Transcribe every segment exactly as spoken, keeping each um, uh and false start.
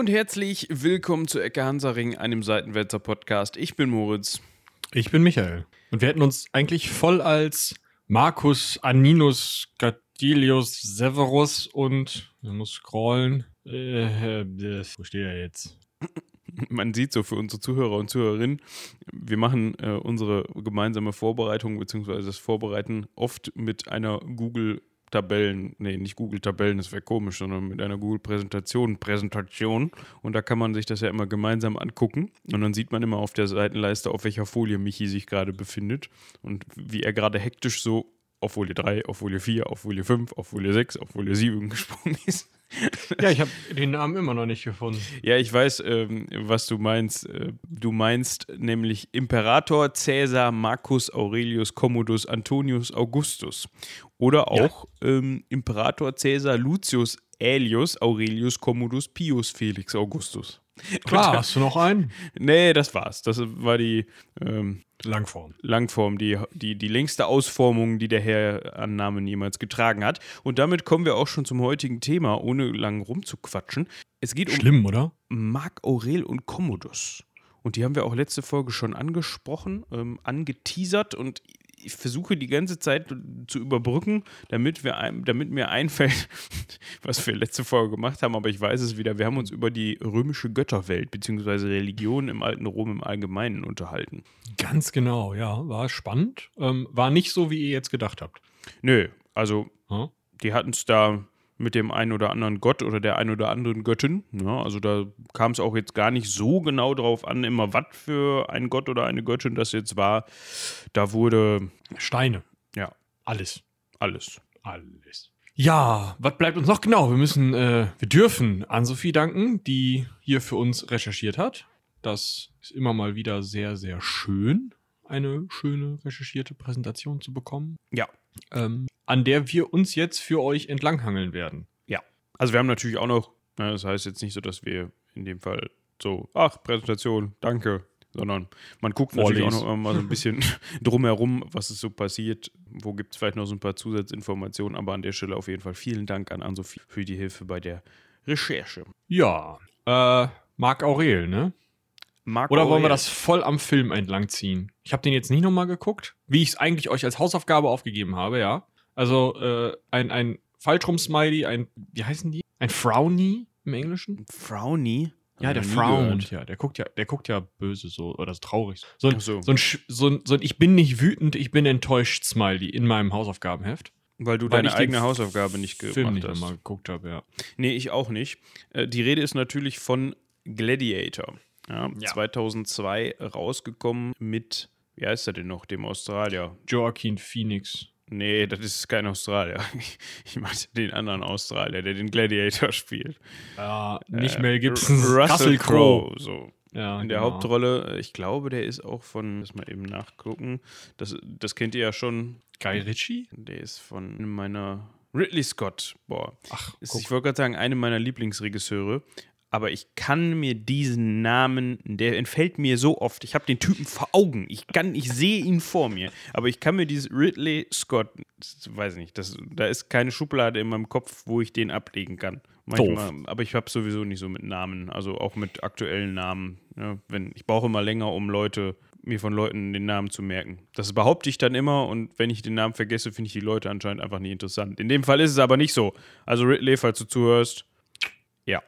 und herzlich willkommen zu Ecke Hansaring, einem Seitenwälzer-Podcast. Ich bin Moritz. Ich bin Michael. Und wir hätten uns eigentlich voll als Marcus Aninus Gatilius Severus und, man muss scrollen, äh, äh, wo steht er jetzt? Man sieht so für unsere Zuhörer und Zuhörerinnen, wir machen äh, unsere gemeinsame Vorbereitung bzw. das Vorbereiten oft mit einer Google-Tabellen, nee, nicht Google-Tabellen, das wäre komisch, sondern mit einer Google-Präsentation, Präsentation. Und da kann man sich das ja immer gemeinsam angucken. Und dann sieht man immer auf der Seitenleiste, auf welcher Folie Michi sich gerade befindet und wie er gerade hektisch so auf Folie drei, auf Folie vier, auf Folie fünf, auf Folie sechs, auf Folie sieben gesprungen ist. Ja, ich habe den Namen immer noch nicht gefunden. Ja, ich weiß, ähm, was du meinst. Äh, du meinst nämlich Imperator Caesar Marcus Aurelius Commodus Antonius Augustus. Oder auch ja. ähm, Imperator Caesar Lucius Aelius Aurelius Commodus Pius Felix Augustus. Klar, hast du noch einen? Nee, das war's. Das war die ähm, Langform. Langform, die, die, die längste Ausformung, die der Herr an Namen jemals getragen hat. Und damit kommen wir auch schon zum heutigen Thema, ohne lang rumzuquatschen. Es geht um Schlimm, oder? Marc Aurel und Commodus. Und die haben wir auch letzte Folge schon angesprochen, ähm, angeteasert, und ich versuche die ganze Zeit zu überbrücken, damit, wir, damit mir einfällt, was wir letzte Folge gemacht haben, aber ich weiß es wieder. Wir haben uns über die römische Götterwelt bzw. Religion im alten Rom im Allgemeinen unterhalten. Ganz genau, ja. War spannend. Ähm, war nicht so, wie ihr jetzt gedacht habt. Nö, also hm? die hatten es da mit dem einen oder anderen Gott oder der einen oder anderen Göttin. Ja, also da kam es auch jetzt gar nicht so genau drauf an, immer was für ein Gott oder eine Göttin das jetzt war. Da wurde Steine. Ja. Alles. Alles. Alles. Ja, was bleibt uns noch? Genau, wir müssen, äh, wir dürfen Ann-Sophie danken, die hier für uns recherchiert hat. Das ist immer mal wieder sehr, sehr schön, eine schöne recherchierte Präsentation zu bekommen. Ja. Ähm, an der wir uns jetzt für euch entlanghangeln werden. Ja. Also wir haben natürlich auch noch, ne, das heißt jetzt nicht so, dass wir in dem Fall so, ach, Präsentation, danke, sondern man guckt Vorlesen. Natürlich auch noch mal so ein bisschen drumherum, was ist so passiert, wo gibt es vielleicht noch so ein paar Zusatzinformationen, aber an der Stelle auf jeden Fall vielen Dank an Ann-Sophie für die Hilfe bei der Recherche. Ja, äh, Marc Aurel, ne? Marc Oder Aurel. wollen wir das voll am Film entlangziehen? Ich habe den jetzt nicht nochmal geguckt, wie ich es eigentlich euch als Hausaufgabe aufgegeben habe, ja. Also äh, ein, ein Fallschirm-Smiley, ein, wie heißen die? Ein Frowny im Englischen? Frowny? Ja, der frownt, ja. Der guckt ja, der guckt ja böse so oder so traurig. So ein, so. So, ein, so, ein, so ein Ich bin nicht wütend, ich bin enttäuscht Smiley in meinem Hausaufgabenheft. Weil du Weil deine ich den eigene Hausaufgabe nicht gemacht Film nicht hast. mal geguckt habe, ja. Nee, ich auch nicht. Äh, die Rede ist natürlich von Gladiator. Ja, Ja. zweitausendzwei rausgekommen mit, wie heißt er denn noch, dem Australier? Joaquin Phoenix. Nee, das ist kein Australier. Ich meine den anderen Australier, der den Gladiator spielt. Ja, nicht Äh, Mel Gibson, Russell Russell Crowe. Crowe. So. Ja, In der genau. Hauptrolle, ich glaube, der ist auch von, lass mal eben nachgucken, das, das kennt ihr ja schon. Guy Ritchie? Der ist von meiner Ridley Scott. Boah. Ach, Ist, guck. ich wollte gerade sagen, eine meiner Lieblingsregisseure. Aber ich kann mir diesen Namen, der entfällt mir so oft. Ich habe den Typen vor Augen. Ich kann, ich sehe ihn vor mir. Aber ich kann mir dieses Ridley Scott, das, weiß nicht, das, da ist keine Schublade in meinem Kopf, wo ich den ablegen kann. Manchmal, aber ich habe sowieso nicht so mit Namen, also auch mit aktuellen Namen. Ja, wenn, ich brauche immer länger, um Leute, mir von Leuten den Namen zu merken. Das behaupte ich dann immer, und wenn ich den Namen vergesse, finde ich die Leute anscheinend einfach nicht interessant. In dem Fall ist es aber nicht so. Also Ridley, falls du zuhörst, ja.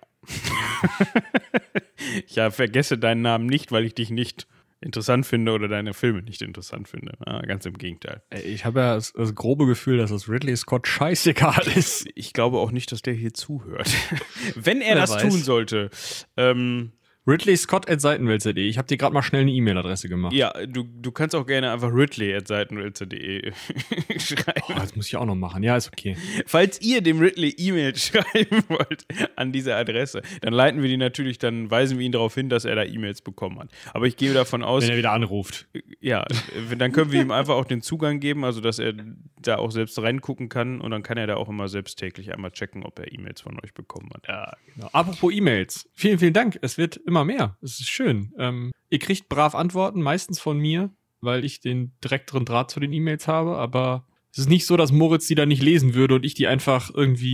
Ich ja, vergesse deinen Namen nicht, weil ich dich nicht interessant finde oder deine Filme nicht interessant finde. Ah, ganz im Gegenteil. Ich habe ja das, das grobe Gefühl, dass das Ridley Scott scheißegal ist. Ich glaube auch nicht, dass der hier zuhört. Wenn er Wer das weiß. tun sollte. Ähm, Ridley Scott at seitenwälzer punkt de. Ich habe dir gerade mal schnell eine E-Mail-Adresse gemacht. ja, du, du kannst auch gerne einfach ridley at seitenwälzer punkt de schreiben. Oh, das muss ich auch noch machen. Ja, ist okay. Falls ihr dem Ridley E-Mail schreiben wollt an diese Adresse, dann leiten wir die natürlich, dann weisen wir ihn darauf hin, dass er da E-Mails bekommen hat. Aber ich gehe davon aus, Wenn er wieder anruft. ja, dann können wir ihm einfach auch den Zugang geben, also dass er da auch selbst reingucken kann, und dann kann er da auch immer selbst täglich einmal checken, ob er E-Mails von euch bekommen hat. Ja, genau. Apropos E-Mails. Vielen, vielen Dank. Es wird immer mehr. Es ist schön. Ähm, ihr kriegt brav Antworten, meistens von mir, weil ich den direkteren Draht zu den E-Mails habe, aber es ist nicht so, dass Moritz die dann nicht lesen würde und ich die einfach irgendwie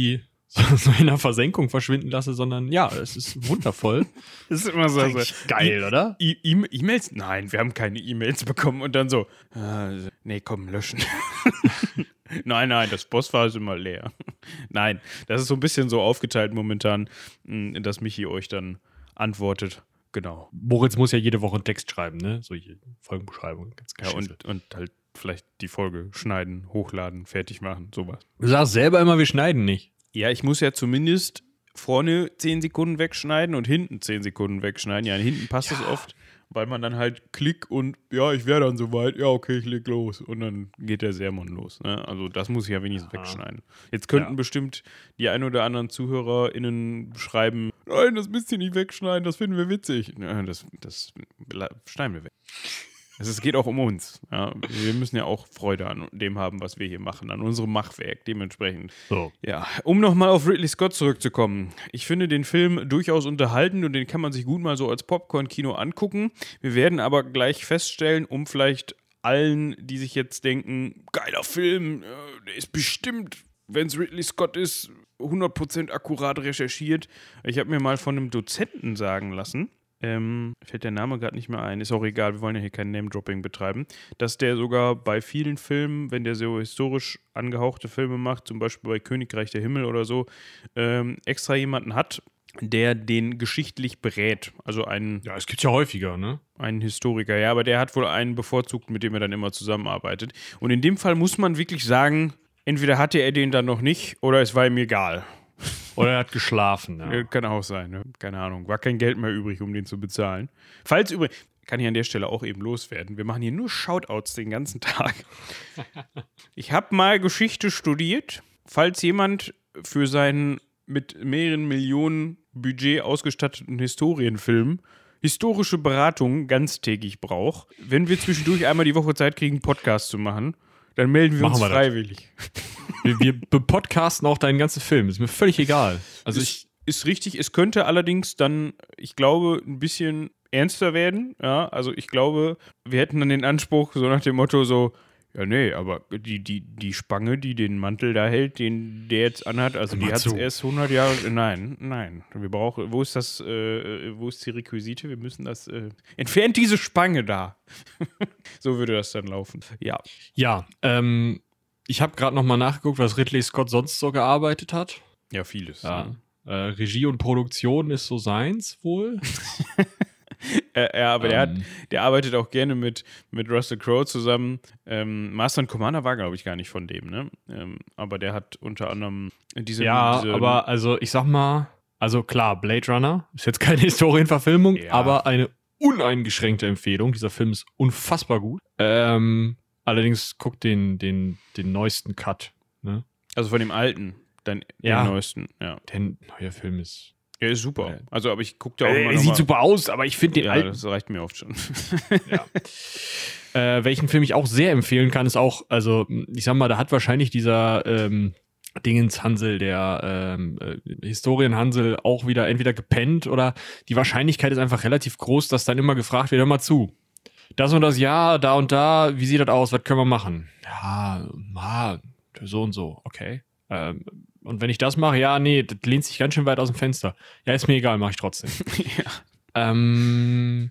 so, so in der Versenkung verschwinden lasse, sondern ja, es ist wundervoll. Das ist immer so, so geil, oder? E- E- E-Mails? Nein, wir haben keine E-Mails bekommen und dann so, äh, nee, komm, löschen. Nein, nein, das Postfach ist immer leer. Nein, das ist so ein bisschen so aufgeteilt momentan, dass Michi euch dann antwortet. Genau. Moritz muss ja jede Woche einen Text schreiben, ne? Solche Folgenbeschreibungen. Ganz ja, und, und halt vielleicht die Folge schneiden, hochladen, fertig machen, sowas. Du sagst selber immer, wir schneiden nicht. Ja, ich muss ja zumindest vorne zehn Sekunden wegschneiden und hinten zehn Sekunden wegschneiden. Ja, hinten passt ja. das oft, weil man dann halt Klick und ja, ich wäre dann soweit, ja, okay, ich leg los. Und dann geht der Sermon los. Ne? Also das muss ich ja wenigstens ja. wegschneiden. Jetzt könnten ja. bestimmt die ein oder anderen ZuhörerInnen schreiben, nein, das müsst ihr nicht wegschneiden, das finden wir witzig. Ja, das, das schneiden wir weg. Also es geht auch um uns. Ja. Wir müssen ja auch Freude an dem haben, was wir hier machen, an unserem Machwerk dementsprechend. So. Ja, um nochmal auf Ridley Scott zurückzukommen. Ich finde den Film durchaus unterhaltend und den kann man sich gut mal so als Popcorn-Kino angucken. Wir werden aber gleich feststellen, um vielleicht allen, die sich jetzt denken, geiler Film, der ist bestimmt, wenn es Ridley Scott ist, hundert Prozent akkurat recherchiert. Ich habe mir mal von einem Dozenten sagen lassen, Ähm, fällt der Name gerade nicht mehr ein, ist auch egal, wir wollen ja hier kein Name-Dropping betreiben, dass der sogar bei vielen Filmen, wenn der so historisch angehauchte Filme macht, zum Beispiel bei Königreich der Himmel oder so, ähm, extra jemanden hat, der den geschichtlich berät. Also einen. Ja, es gibt's ja häufiger, ne? Einen Historiker, ja, aber der hat wohl einen bevorzugt, mit dem er dann immer zusammenarbeitet. Und in dem Fall muss man wirklich sagen, entweder hatte er den dann noch nicht oder es war ihm egal. Oder er hat geschlafen. Ja. Kann auch sein, ne? Keine Ahnung. War kein Geld mehr übrig, um den zu bezahlen. Falls übrigens, kann ich an der Stelle auch eben loswerden. Wir machen hier nur Shoutouts den ganzen Tag. Ich habe mal Geschichte studiert. Falls jemand für seinen mit mehreren Millionen Budget ausgestatteten Historienfilm historische Beratung ganztägig braucht, wenn wir zwischendurch einmal die Woche Zeit kriegen, einen Podcast zu machen, dann melden wir machen uns wir freiwillig. Wir, wir podcasten auch deinen ganzen Film. Ist mir völlig egal. Also ist, ich ist richtig. Es könnte allerdings dann, ich glaube, ein bisschen ernster werden. Ja, also ich glaube, wir hätten dann den Anspruch, so nach dem Motto so, ja, nee, aber die, die, die Spange, die den Mantel da hält, den der jetzt anhat, also die hat es erst hundert Jahre, nein, nein, wir brauchen, wo ist das, äh, wo ist die Requisite? Wir müssen das, äh, entfernt diese Spange da. So würde das dann laufen, ja. Ja, ähm, ich habe gerade nochmal nachgeguckt, was Ridley Scott sonst so gearbeitet hat. Ja, vieles. Ja. Ne? Äh, Regie und Produktion ist so seins wohl. äh, ja, aber um. der, hat, der arbeitet auch gerne mit, mit Russell Crowe zusammen. Ähm, Master and Commander war, glaube ich, gar nicht von dem, ne? Ähm, aber der hat unter anderem diese... Ja, diese, aber also ich sag mal, also klar, Blade Runner ist jetzt keine Historienverfilmung, ja. aber eine uneingeschränkte Empfehlung. Dieser Film ist unfassbar gut. Ähm... Allerdings guck den, den, den neuesten Cut. Ne? Also von dem alten, dann ja. den neuesten. Ja. Der neue Film ist. Er ist super. Äh, also, aber ich gucke da auch äh, immer Er noch sieht mal. super aus, aber ich finde den ja, alten. Das reicht mir oft schon. ja. äh, welchen Film ich auch sehr empfehlen kann, ist auch, also, ich sag mal, da hat wahrscheinlich dieser ähm, Dingens Hansel, der ähm, äh, Historien-Hansel auch wieder entweder gepennt oder die Wahrscheinlichkeit ist einfach relativ groß, dass dann immer gefragt wird, hör mal zu. Das und das, ja, da und da, wie sieht das aus, was können wir machen? Ja, ah, so und so, okay. Ähm, und wenn ich das mache, ja, nee, das lehnt sich ganz schön weit aus dem Fenster. Ja, ist mir egal, mache ich trotzdem. ja. ähm,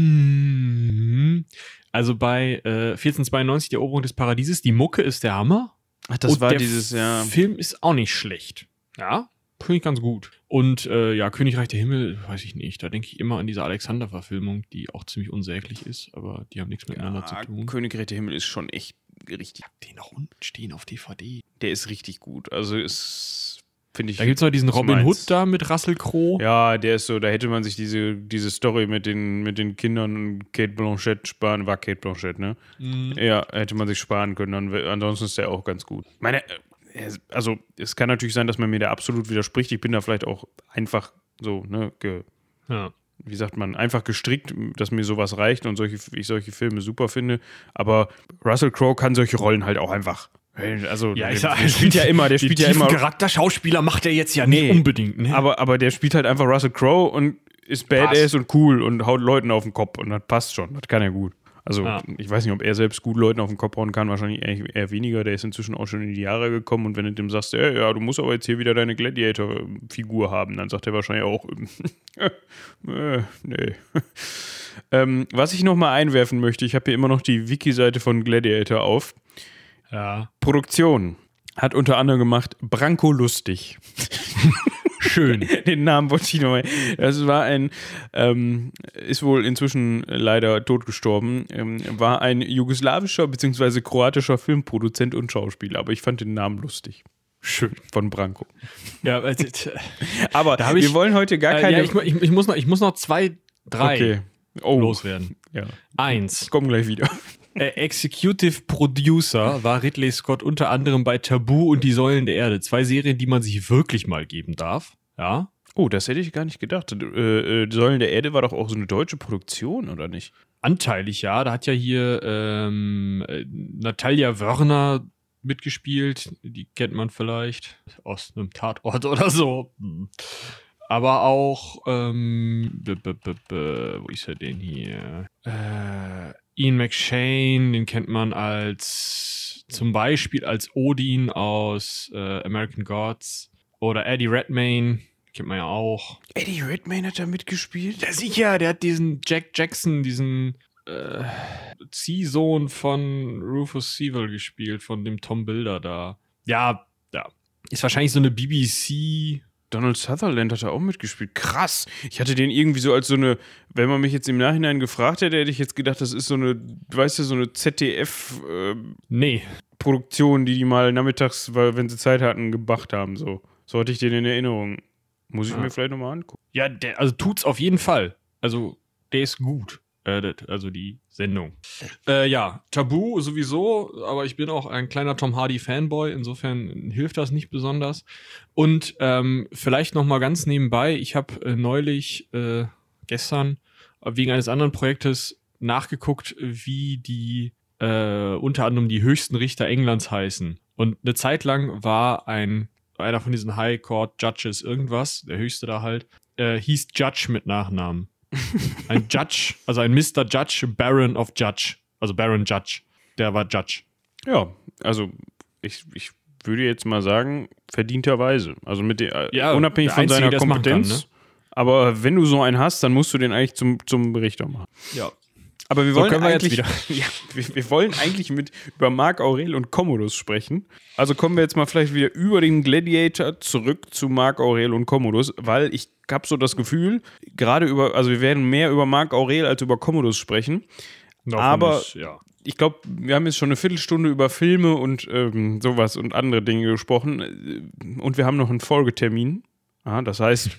hm, also bei äh, vierzehnhundertzweiundneunzig, die Eroberung des Paradieses, die Mucke ist der Hammer. Ach, das und war der dieses, ja. Film ist auch nicht schlecht. Ja, finde ich ganz gut. Und äh, ja, Königreich der Himmel, weiß ich nicht. Da denke ich immer an diese Alexander-Verfilmung, die auch ziemlich unsäglich ist, aber die haben nichts miteinander ja, zu tun. Königreich der Himmel ist schon echt richtig. Ich hab den noch unten stehen auf D V D. Der ist richtig gut. Also ist, finde ich. Da gibt es noch diesen Robin Hood da mit Russell Crowe. Ja, der ist so, da hätte man sich diese, diese Story mit den, mit den Kindern und Cate Blanchett sparen, war Cate Blanchett, ne? Mhm. Ja, hätte man sich sparen können. Dann, ansonsten ist der auch ganz gut. Meine. Also, es kann natürlich sein, dass man mir da absolut widerspricht. Ich bin da vielleicht auch einfach so, ne, ge, ja. wie sagt man, einfach gestrickt, dass mir sowas reicht und solche, ich solche Filme super finde. Aber Russell Crowe kann solche Rollen halt auch einfach. Also, ja, der, ich sag, der spielt ja immer, der spielt ja immer. Charakterschauspieler macht er jetzt ja nicht nee, unbedingt, ne? Aber, aber der spielt halt einfach Russell Crowe und ist badass passt. Und cool und haut Leuten auf den Kopf und das passt schon. Das kann er gut. Also Ah. ich weiß nicht, ob er selbst gut Leuten auf den Kopf hauen kann, wahrscheinlich eher, eher weniger. Der ist inzwischen auch schon in die Jahre gekommen und wenn du dem sagst, ja, ja, du musst aber jetzt hier wieder deine Gladiator-Figur haben, dann sagt er wahrscheinlich auch, äh, nee. ähm, was ich nochmal einwerfen möchte, ich habe hier immer noch die Wiki-Seite von Gladiator auf. Ja. Produktion hat unter anderem gemacht Branko Lustig. Schön. Den Namen wollte ich nochmal. Das war ein, ähm, ist wohl inzwischen leider totgestorben, ähm, war ein jugoslawischer bzw. kroatischer Filmproduzent und Schauspieler, aber ich fand den Namen lustig. Schön. Von Branko. Ja, also, Aber da hab wir ich, wollen heute gar äh, keine... ja, ich, ich, ich, muss noch, ich muss noch zwei, drei okay. Oh. loswerden. Ja. Eins. Ich komme gleich wieder. Äh, Executive Producer war Ridley Scott unter anderem bei Tabu und Die Säulen der Erde. Zwei Serien, die man sich wirklich mal geben darf. Ja. Oh, das hätte ich gar nicht gedacht. Äh, äh, Säulen der Erde war doch auch so eine deutsche Produktion, oder nicht? Anteilig, ja. Da hat ja hier ähm, äh, Natalia Wörner mitgespielt. Die kennt man vielleicht aus einem Tatort oder so. Hm. Aber auch, ähm, b -b -b -b wo ist er denn hier? Äh, Ian McShane, den kennt man als, zum Beispiel als Odin aus äh, American Gods. Oder Eddie Redmayne, kennt man ja auch. Eddie Redmayne hat da mitgespielt? Ja, sicher, der hat diesen Jack Jackson, diesen äh, Ziehsohn von Rufus Sewell gespielt, von dem Tom Bilder da. Ja, ja. Ist wahrscheinlich so eine B B C... Donald Sutherland hat da auch mitgespielt. Krass. Ich hatte den irgendwie so als so eine, wenn man mich jetzt im Nachhinein gefragt hätte, hätte ich jetzt gedacht, das ist so eine, weißt du, so eine Z D F äh, Nee. Produktion, die die mal nachmittags, weil, wenn sie Zeit hatten, gemacht haben. So, so hatte ich den in Erinnerung. Muss ich Ah. mir vielleicht nochmal angucken. Ja, der, also tut's auf jeden Fall. Also, der ist gut. Äh, das, also die Sendung. Äh, ja, Tabu sowieso, aber ich bin auch ein kleiner Tom Hardy-Fanboy, insofern hilft das nicht besonders. Und ähm, vielleicht noch mal ganz nebenbei, ich habe äh, neulich, äh, gestern, wegen eines anderen Projektes nachgeguckt, wie die äh, unter anderem die höchsten Richter Englands heißen. Und eine Zeit lang war ein einer von diesen High Court Judges irgendwas, der höchste da halt, äh, hieß Judge mit Nachnamen. Ein Judge, also ein Mister Judge, Baron of Judge. Also Baron Judge. Der war Judge. Ja, also ich, ich würde jetzt mal sagen, verdienterweise. Also mit der, Ja, unabhängig der von Einzige, seiner der es machen Kompetenz. kann, ne? Aber wenn du so einen hast, dann musst du den eigentlich zum, zum Richter machen. Ja. Aber wir So wollen können wir jetzt eigentlich, wieder. Ja, wir, wir wollen eigentlich mit über Marc Aurel und Commodus sprechen. Also kommen wir jetzt mal vielleicht wieder über den Gladiator zurück zu Marc Aurel und Commodus, weil ich habe so das Gefühl, gerade über, also wir werden mehr über Marc Aurel als über Commodus sprechen. Davon Aber ist, ja. ich glaube, wir haben jetzt schon eine Viertelstunde über Filme und ähm, sowas und andere Dinge gesprochen. Und wir haben noch einen Folgetermin. Ja, das heißt,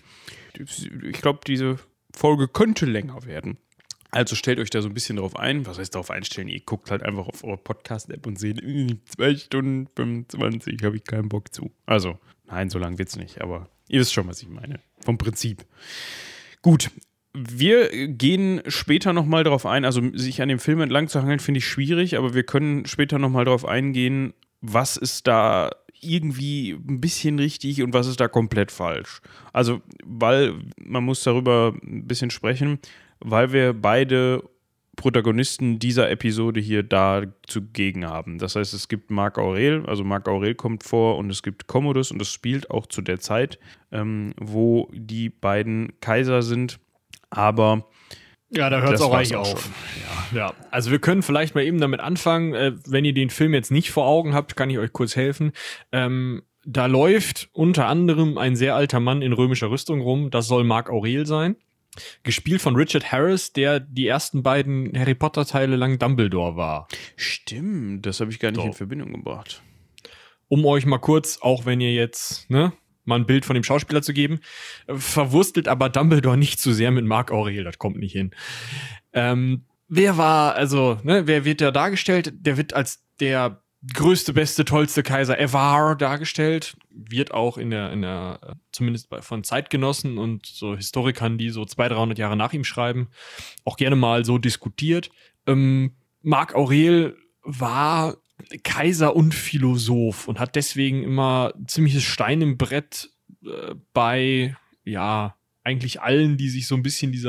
ich glaube, diese Folge könnte länger werden. Also stellt euch da so ein bisschen drauf ein. Was heißt drauf einstellen? Ihr guckt halt einfach auf eure Podcast-App und seht, zwei Stunden fünfundzwanzig, habe ich keinen Bock zu. Also, nein, so lang wird's nicht, aber ihr wisst schon, was ich meine. Vom Prinzip. Gut, wir gehen später nochmal drauf ein. Also, sich an dem Film entlang zu hangeln, finde ich schwierig, aber wir können später nochmal drauf eingehen, was ist da irgendwie ein bisschen richtig und was ist da komplett falsch. Also, weil man muss darüber ein bisschen sprechen, weil wir beide Protagonisten dieser Episode hier da zugegen haben. Das heißt, es gibt Marc Aurel, also Marc Aurel kommt vor und es gibt Commodus und es spielt auch zu der Zeit, ähm, wo die beiden Kaiser sind, aber Ja, da hört es das auch war's eigentlich auch auf. schon. Ja. ja, also wir können vielleicht mal eben damit anfangen. Äh, wenn ihr den Film jetzt nicht vor Augen habt, kann ich euch kurz helfen. Ähm, da läuft unter anderem ein sehr alter Mann in römischer Rüstung rum. Das soll Marc Aurel sein. Gespielt von Richard Harris, der die ersten beiden Harry Potter-Teile lang Dumbledore war. Stimmt, das habe ich gar nicht So. in Verbindung gebracht. Um euch mal kurz, auch wenn ihr jetzt, ne, mal ein Bild von dem Schauspieler zu geben, äh, verwurstelt aber Dumbledore nicht zu sehr mit Marc Aurel, das kommt nicht hin. Ähm, wer war, also, ne, wer wird da dargestellt? Der wird als der größte, beste, tollste Kaiser ever dargestellt. Wird auch in der, in der, äh, zumindest bei, von Zeitgenossen und so Historikern, die so zweihundert, dreihundert Jahre nach ihm schreiben, auch gerne mal so diskutiert. Ähm, Marc Aurel war Kaiser und Philosoph und hat deswegen immer ein ziemliches Stein im Brett äh, bei, ja, eigentlich allen, die sich so ein bisschen dieser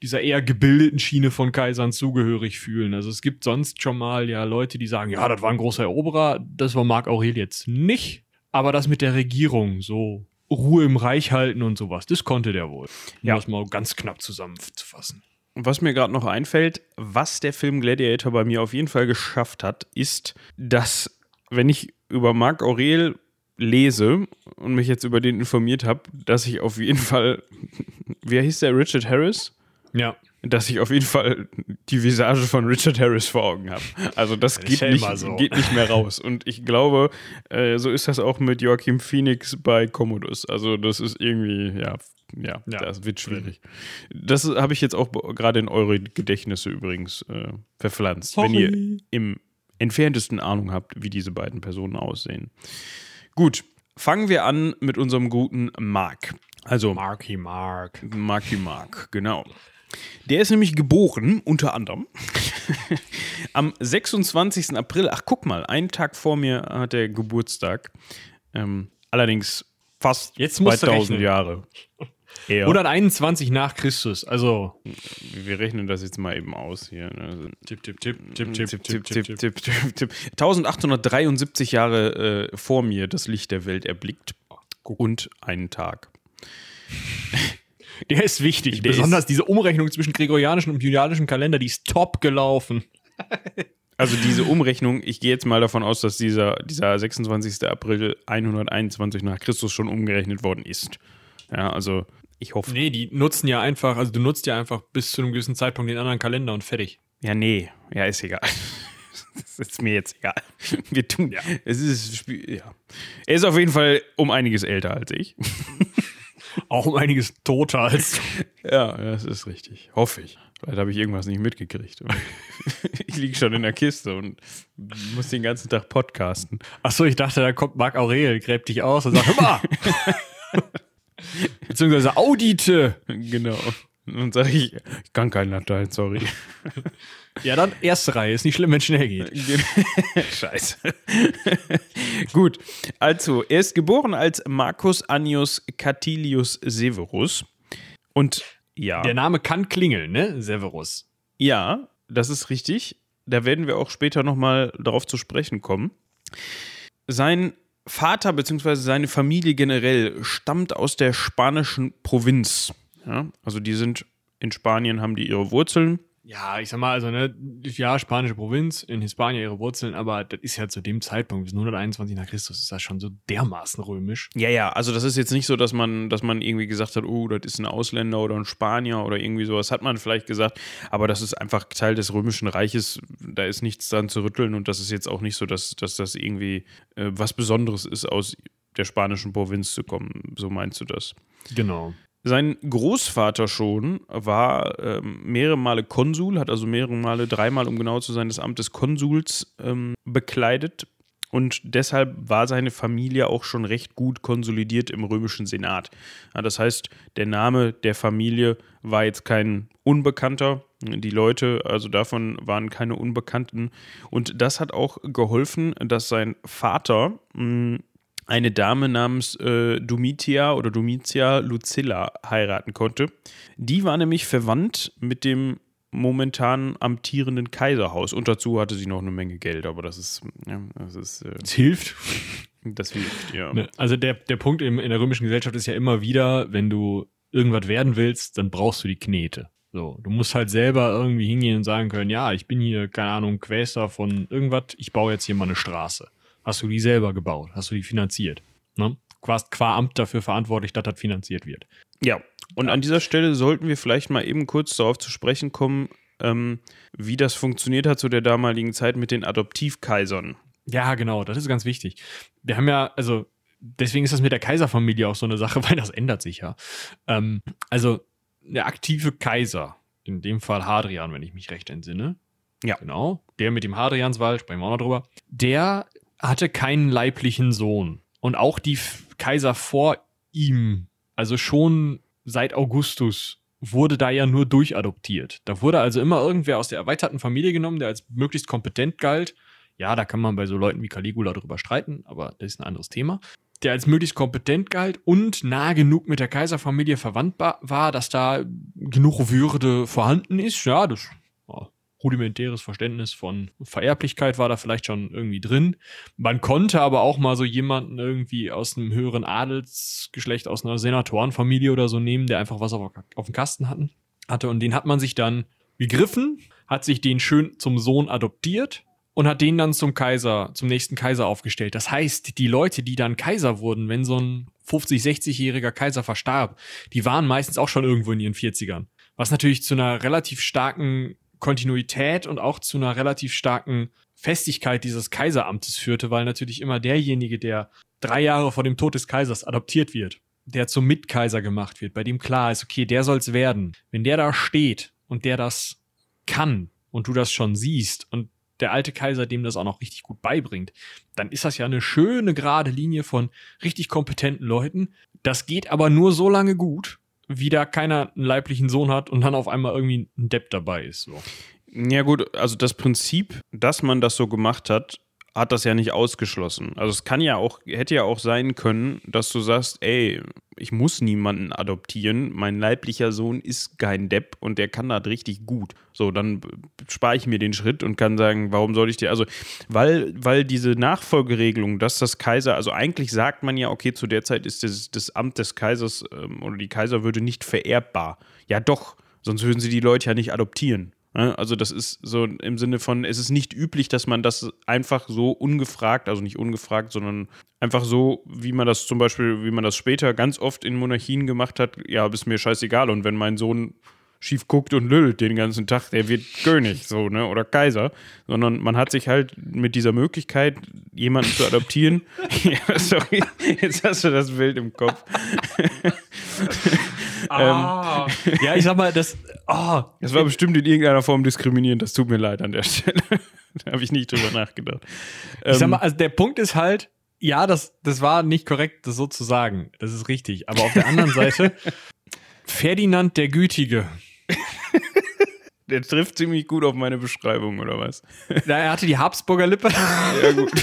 dieser eher gebildeten Schiene von Kaisern zugehörig fühlen. Also es gibt sonst schon mal ja Leute, die sagen, ja, das war ein großer Eroberer, das war Marc Aurel jetzt nicht. Aber das mit der Regierung, so Ruhe im Reich halten und sowas, das konnte der wohl. Um Ja. das mal ganz knapp zusammenzufassen. Was mir gerade noch einfällt, was der Film Gladiator bei mir auf jeden Fall geschafft hat, ist, dass, wenn ich über Marc Aurel lese und mich jetzt über den informiert habe, dass ich auf jeden Fall, wie hieß der, Richard Harris? Ja. Dass ich auf jeden Fall die Visage von Richard Harris vor Augen habe. Also das Das geht ist ja nicht, immer so. geht nicht mehr raus. Und ich glaube, äh, so ist das auch mit Joaquin Phoenix bei Commodus. Also das ist irgendwie, ja, ja, Ja. das wird schwierig. Das habe ich jetzt auch be- gerade in eure Gedächtnisse übrigens äh, verpflanzt. Wenn ihr im entferntesten Ahnung habt, wie diese beiden Personen aussehen. Gut, fangen wir an mit unserem guten Mark. Also Marky Mark. Marky Mark, genau. Der ist nämlich geboren, unter anderem, am sechsundzwanzigsten April. Ach, guck mal, einen Tag vor mir hat er Geburtstag. Ähm, allerdings fast Jetzt musst du zweitausend rechnen. Jahre. Eher. hunderteinundzwanzig nach Christus, also Wir rechnen das jetzt mal eben aus hier. ne? Also, tipp, tipp, tipp, tipp, Tipp, tipp, tipp, tipp, tipp, tipp, tipp. eintausendachthundertdreiundsiebzig Jahre äh, vor mir das Licht der Welt erblickt. Und einen Tag. Der ist wichtig. Der Besonders diese Umrechnung zwischen gregorianischem und julianischem Kalender, die ist top gelaufen. Also diese Umrechnung, ich gehe jetzt mal davon aus, dass dieser, dieser sechsundzwanzigsten April hunderteinundzwanzig nach Christus schon umgerechnet worden ist. Ja, also ich hoffe. Nee, die nutzen ja einfach, also du nutzt ja einfach bis zu einem gewissen Zeitpunkt den anderen Kalender und fertig. Ja, nee, ja, ist egal. Das ist mir jetzt egal. Wir tun, ja. Es ist, Spiel- ja. Er ist auf jeden Fall um einiges älter als ich. Auch um einiges toter als. Ja, das ist richtig. Hoffe ich. Vielleicht habe ich irgendwas nicht mitgekriegt. Ich liege schon in der Kiste und muss den ganzen Tag podcasten. Achso, ich dachte, da kommt Marc Aurel, gräbt dich aus und sagt, hör mal! Beziehungsweise Audite. Genau. Und dann sage ich, ich kann kein Latein, sorry. Ja, dann erste Reihe. Ist nicht schlimm, wenn es schnell geht. Scheiße. Gut, also, er ist geboren als Marcus Annius Catilius Severus. Und ja. Der Name kann klingeln, ne? Severus. Ja, das ist richtig. Da werden wir auch später nochmal darauf zu sprechen kommen. Sein Vater bzw. seine Familie generell stammt aus der spanischen Provinz. Ja, also die sind in Spanien, haben die ihre Wurzeln. Ja, ich sag mal, also, ne, ja, spanische Provinz, in Hispanien ihre Wurzeln, aber das ist ja zu dem Zeitpunkt, bis hunderteinundzwanzig nach Christus, ist das schon so dermaßen römisch. Ja, ja, also das ist jetzt nicht so, dass man, dass man irgendwie gesagt hat, oh, das ist ein Ausländer oder ein Spanier oder irgendwie sowas, hat man vielleicht gesagt, aber das ist einfach Teil des Römischen Reiches, da ist nichts dran zu rütteln und das ist jetzt auch nicht so, dass, dass das irgendwie äh, was Besonderes ist, aus der spanischen Provinz zu kommen, so meinst du das? Genau. Sein Großvater schon war ähm, mehrere Male Konsul, hat also mehrere Male, dreimal, um genau zu sein, das Amt des Konsuls ähm, bekleidet. Und deshalb war seine Familie auch schon recht gut konsolidiert im römischen Senat. Ja, das heißt, der Name der Familie war jetzt kein Unbekannter. Die Leute, also davon waren keine Unbekannten. Und das hat auch geholfen, dass sein Vater mh, eine Dame namens äh, Domitia oder Domitia Lucilla heiraten konnte. Die war nämlich verwandt mit dem momentan amtierenden Kaiserhaus. Und dazu hatte sie noch eine Menge Geld, aber das ist, ja, das ist, äh, Es hilft. das hilft, ja. Ne, also der, der Punkt im, in der römischen Gesellschaft ist ja immer wieder, wenn du irgendwas werden willst, dann brauchst du die Knete. So, du musst halt selber irgendwie hingehen und sagen können, ja, ich bin hier, keine Ahnung, Quäster von irgendwas, ich baue jetzt hier mal eine Straße. Hast du die selber gebaut? Hast du die finanziert? Ne? Quasi qua Amt dafür verantwortlich, dass das finanziert wird. Ja, und an dieser Stelle sollten wir vielleicht mal eben kurz darauf zu sprechen kommen, ähm, wie das funktioniert hat zu der damaligen Zeit mit den Adoptivkaisern. Ja, genau, das ist ganz wichtig. Wir haben ja, also, deswegen ist das mit der Kaiserfamilie auch so eine Sache, weil das ändert sich ja. Ähm, also, der aktive Kaiser, in dem Fall Hadrian, wenn ich mich recht entsinne. Ja. Genau, der mit dem Hadrianswall, sprechen wir auch noch drüber. Der hatte keinen leiblichen Sohn. Und auch die F- Kaiser vor ihm, also schon seit Augustus, wurde da ja nur durchadoptiert. Da wurde also immer irgendwer aus der erweiterten Familie genommen, der als möglichst kompetent galt. Ja, da kann man bei so Leuten wie Caligula drüber streiten, aber das ist ein anderes Thema. der als möglichst kompetent galt und nah genug mit der Kaiserfamilie verwandt war, dass da genug Würde vorhanden ist. Ja, das ja, rudimentäres Verständnis von Vererblichkeit war da vielleicht schon irgendwie drin. Man konnte aber auch mal so jemanden irgendwie aus einem höheren Adelsgeschlecht, aus einer Senatorenfamilie oder so nehmen, der einfach was auf, auf dem Kasten hatten, hatte. Und den hat man sich dann gegriffen, hat sich den schön zum Sohn adoptiert und hat den dann zum Kaiser, zum nächsten Kaiser aufgestellt. Das heißt, die Leute, die dann Kaiser wurden, wenn so ein fünfzig-, sechzigjähriger Kaiser verstarb, die waren meistens auch schon irgendwo in ihren vierzigern. Was natürlich zu einer relativ starken Kontinuität und auch zu einer relativ starken Festigkeit dieses Kaiseramtes führte, weil natürlich immer derjenige, der drei Jahre vor dem Tod des Kaisers adoptiert wird, der zum Mitkaiser gemacht wird, bei dem klar ist, okay, der soll's werden. Wenn der da steht und der das kann und du das schon siehst und der alte Kaiser dem das auch noch richtig gut beibringt, dann ist das ja eine schöne gerade Linie von richtig kompetenten Leuten. Das geht aber nur so lange gut, wie da keiner einen leiblichen Sohn hat und dann auf einmal irgendwie ein Depp dabei ist. So. Ja gut, also das Prinzip, dass man das so gemacht hat, hat das ja nicht ausgeschlossen. Also es kann ja auch, hätte ja auch sein können, dass du sagst, ey, ich muss niemanden adoptieren, mein leiblicher Sohn ist kein Depp und der kann das richtig gut. So, dann spare ich mir den Schritt und kann sagen, warum soll ich dir, also, weil, weil diese Nachfolgeregelung, dass das Kaiser, also eigentlich sagt man ja, okay, zu der Zeit ist das, das Amt des Kaisers ähm, oder die Kaiserwürde nicht vererbbar. Ja doch, sonst würden sie die Leute ja nicht adoptieren. Also das ist so im Sinne von, es ist nicht üblich, dass man das einfach so ungefragt, also nicht ungefragt, sondern einfach so, wie man das zum Beispiel, wie man das später ganz oft in Monarchien gemacht hat, ja, ist mir scheißegal. Und wenn mein Sohn schief guckt und lüllt den ganzen Tag, der wird König, so, ne, oder Kaiser. Sondern man hat sich halt mit dieser Möglichkeit, jemanden zu adoptieren. Ja, sorry, jetzt hast du das Bild im Kopf. Ah, ähm, ja, ich sag mal, das, oh, das war bestimmt in irgendeiner Form diskriminierend, das tut mir leid an der Stelle. Da habe ich nicht drüber nachgedacht. Ich ähm, sag mal, also der Punkt ist halt, ja, das, das war nicht korrekt, das so zu sagen. Das ist richtig. Aber auf der anderen Seite, Ferdinand der Gütige. Der trifft ziemlich gut auf meine Beschreibung, oder was? Na, er hatte die Habsburger Lippe. Ja, gut.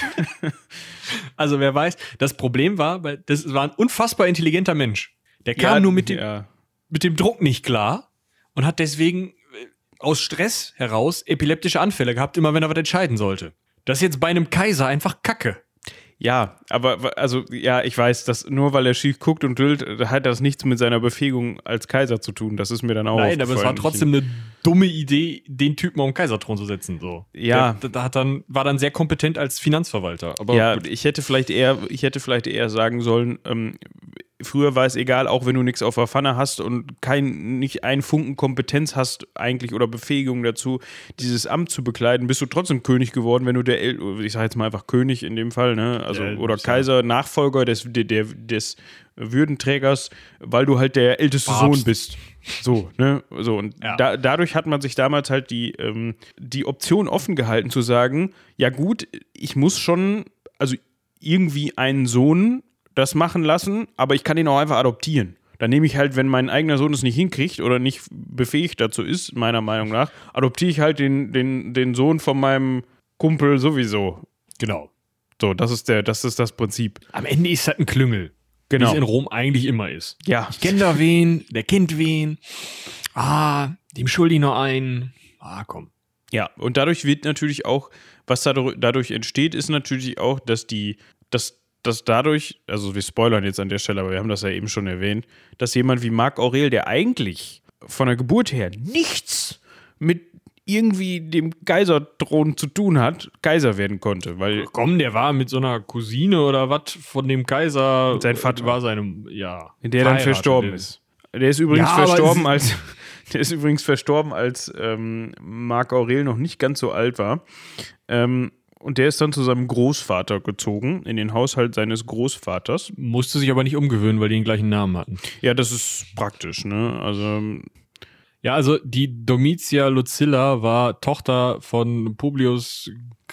Also, wer weiß. Das Problem war, das war ein unfassbar intelligenter Mensch. Der kam ja, nur mit dem, ja. mit dem Druck nicht klar und hat deswegen aus Stress heraus epileptische Anfälle gehabt, immer wenn er was entscheiden sollte. Das ist jetzt bei einem Kaiser einfach Kacke. Ja, aber also ja, ich weiß, dass nur weil er schief guckt und düllt, hat das nichts mit seiner Befähigung als Kaiser zu tun. Das ist mir dann auch Nein, aber es war trotzdem eine dumme Idee, den Typen auf den Kaiserthron zu setzen. So. Ja. Der, der hat dann, war dann sehr kompetent als Finanzverwalter. Aber ja, gut. ich hätte vielleicht eher, ich hätte vielleicht eher sagen sollen, ähm, früher war es egal, auch wenn du nichts auf der Pfanne hast und kein, nicht einen Funken Kompetenz hast eigentlich oder Befähigung dazu, dieses Amt zu bekleiden, bist du trotzdem König geworden, wenn du der, El- ich sage jetzt mal einfach König in dem Fall, ne, also ja, oder Kaiser, Nachfolger des, der, der, des Würdenträgers, weil du halt der älteste Papst. Sohn bist. So, ne, so und ja. da, dadurch hat man sich damals halt die, ähm, die Option offen gehalten zu sagen, ja gut, ich muss schon, also irgendwie einen Sohn das machen lassen, aber ich kann ihn auch einfach adoptieren. Dann nehme ich halt, wenn mein eigener Sohn es nicht hinkriegt oder nicht befähigt dazu ist, meiner Meinung nach, adoptiere ich halt den, den, den Sohn von meinem Kumpel sowieso. Genau. So, das ist der, das ist das Prinzip. Am Ende ist das ein Klüngel. Genau. Wie es in Rom eigentlich immer ist. Ja. Ich kenne da wen, der kennt wen. Ah, dem schulde ich noch einen. Ah, komm. Ja, und dadurch wird natürlich auch, was dadurch, dadurch entsteht, ist natürlich auch, dass die, dass dass dadurch, also wir spoilern jetzt an der Stelle, aber wir haben das ja eben schon erwähnt, dass jemand wie Marc Aurel, der eigentlich von der Geburt her nichts mit irgendwie dem Kaiserthron zu tun hat, Kaiser werden konnte, weil... Komm, der war mit so einer Cousine oder was von dem Kaiser... Mit seinem Vater. War seinem, ja... Der dann verstorben ist. Der ist übrigens ja, verstorben als... Der ist übrigens verstorben, als ähm, Marc Aurel noch nicht ganz so alt war. Ähm, Und der ist dann zu seinem Großvater gezogen, in den Haushalt seines Großvaters. Musste sich aber nicht umgewöhnen, weil die den gleichen Namen hatten. Ja, das ist praktisch, ne? Also. Ja, also die Domitia Lucilla war Tochter von Publius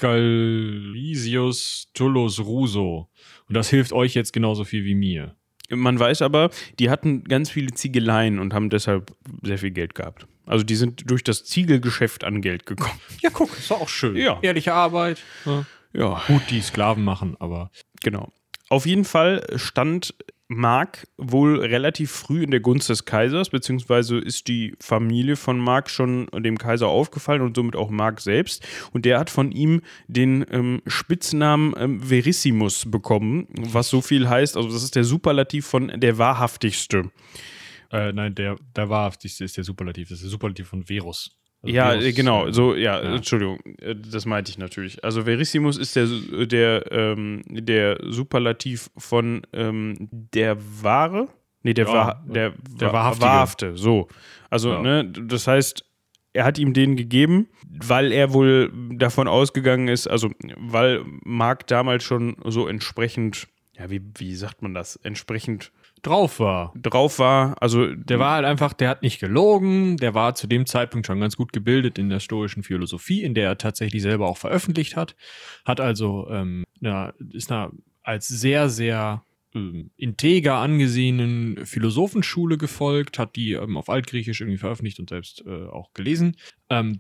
Calisius Tullus Ruso. Und das hilft euch jetzt genauso viel wie mir. Man weiß aber, die hatten ganz viele Ziegeleien und haben deshalb sehr viel Geld gehabt. Also die sind durch das Ziegelgeschäft an Geld gekommen. Ja, guck, ist doch auch schön. Ja. Ehrliche Arbeit. Ja. Ja. Gut, die Sklaven machen, aber... Genau. Auf jeden Fall stand Mark wohl relativ früh in der Gunst des Kaisers, beziehungsweise ist die Familie von Mark schon dem Kaiser aufgefallen und somit auch Mark selbst. Und der hat von ihm den ähm, Spitznamen ähm, Verissimus bekommen, was so viel heißt, also das ist der Superlativ von der Wahrhaftigste. Äh, nein, der, der Wahrhaftigste ist der Superlativ, das ist der Superlativ von Verus. Also ja, Verus, genau, äh, so, ja, ja, Entschuldigung, das meinte ich natürlich. Also Verissimus ist der, der, ähm, der Superlativ von ähm, der Wahre, nee, der, Ja, Wahr, der, der Wahrhaftige. Wahrhafte, so. Also, Ja. ne, das heißt, er hat ihm den gegeben, weil er wohl davon ausgegangen ist, also, weil Mark damals schon so entsprechend, ja, wie, wie sagt man das, entsprechend drauf war. drauf war, also Der war halt einfach, der hat nicht gelogen, der war zu dem Zeitpunkt schon ganz gut gebildet in der stoischen Philosophie, in der er tatsächlich selber auch veröffentlicht hat. Hat also, ähm, na, ist einer als sehr, sehr ähm, integer angesehenen Philosophenschule gefolgt, hat die ähm, auf Altgriechisch irgendwie veröffentlicht und selbst äh, auch gelesen. Ähm,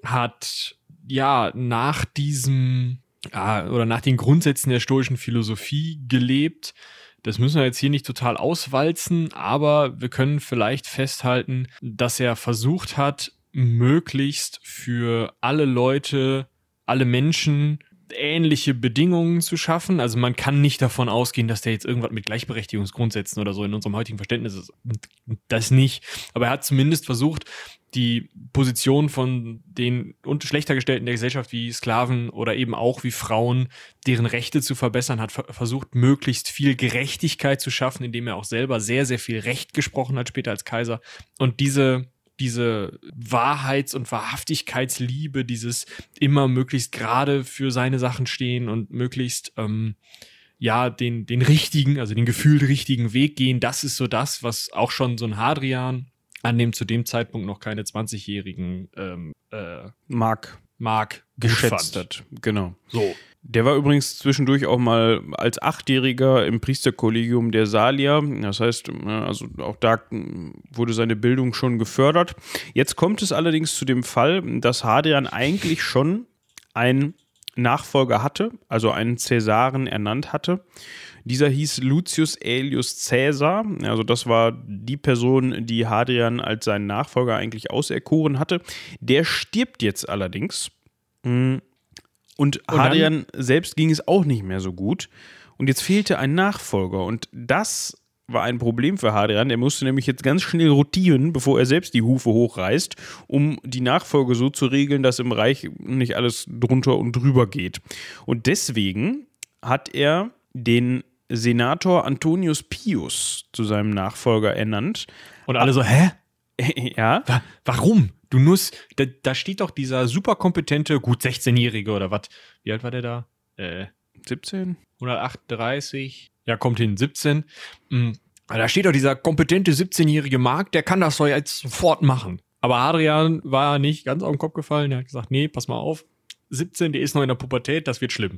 hat, ja, nach diesem, ah, oder nach den Grundsätzen der stoischen Philosophie gelebt. Das müssen wir jetzt hier nicht total auswalzen, aber wir können vielleicht festhalten, dass er versucht hat, möglichst für alle Leute, alle Menschen ähnliche Bedingungen zu schaffen. Also man kann nicht davon ausgehen, dass der jetzt irgendwas mit Gleichberechtigungsgrundsätzen oder so in unserem heutigen Verständnis ist. Das nicht. Aber er hat zumindest versucht, die Position von den schlechter gestellten der Gesellschaft wie Sklaven oder eben auch wie Frauen, deren Rechte zu verbessern, hat versucht, möglichst viel Gerechtigkeit zu schaffen, indem er auch selber sehr, sehr viel Recht gesprochen hat, später als Kaiser. Und diese, diese Wahrheits- und Wahrhaftigkeitsliebe, dieses immer möglichst gerade für seine Sachen stehen und möglichst ähm, ja, den, den richtigen, also den gefühlt richtigen Weg gehen, das ist so das, was auch schon so ein Hadrian an dem zu dem Zeitpunkt noch keine zwanzigjährigen ähm, äh, Mark Mark geschätzt hat. Genau. So. Der war übrigens zwischendurch auch mal als Achtjähriger im Priesterkollegium der Salier. Das heißt, also auch da wurde seine Bildung schon gefördert. Jetzt kommt es allerdings zu dem Fall, dass Hadrian eigentlich schon einen Nachfolger hatte, also einen Cäsaren ernannt hatte. Dieser hieß Lucius Aelius Caesar, also das war die Person, die Hadrian als seinen Nachfolger eigentlich auserkoren hatte. Der stirbt jetzt allerdings und, und Hadrian selbst ging es auch nicht mehr so gut und jetzt fehlte ein Nachfolger und das war ein Problem für Hadrian, der musste nämlich jetzt ganz schnell rotieren, bevor er selbst die Hufe hochreißt, um die Nachfolge so zu regeln, dass im Reich nicht alles drunter und drüber geht. Und deswegen hat er den Senator Antonius Pius zu seinem Nachfolger ernannt. Und alle so, hä? Ja. Wa- warum? Du musst, da, da steht doch dieser superkompetente, gut sechzehnjährige oder was? Wie alt war der da? Äh, siebzehn? hundertachtunddreißig. Ja, kommt hin, siebzehn. Mhm. Da steht doch dieser kompetente siebzehnjährige Mark, der kann das doch jetzt sofort machen. Aber Hadrian war nicht ganz auf den Kopf gefallen. Er hat gesagt, nee, pass mal auf. siebzehn, der ist noch in der Pubertät, das wird schlimm.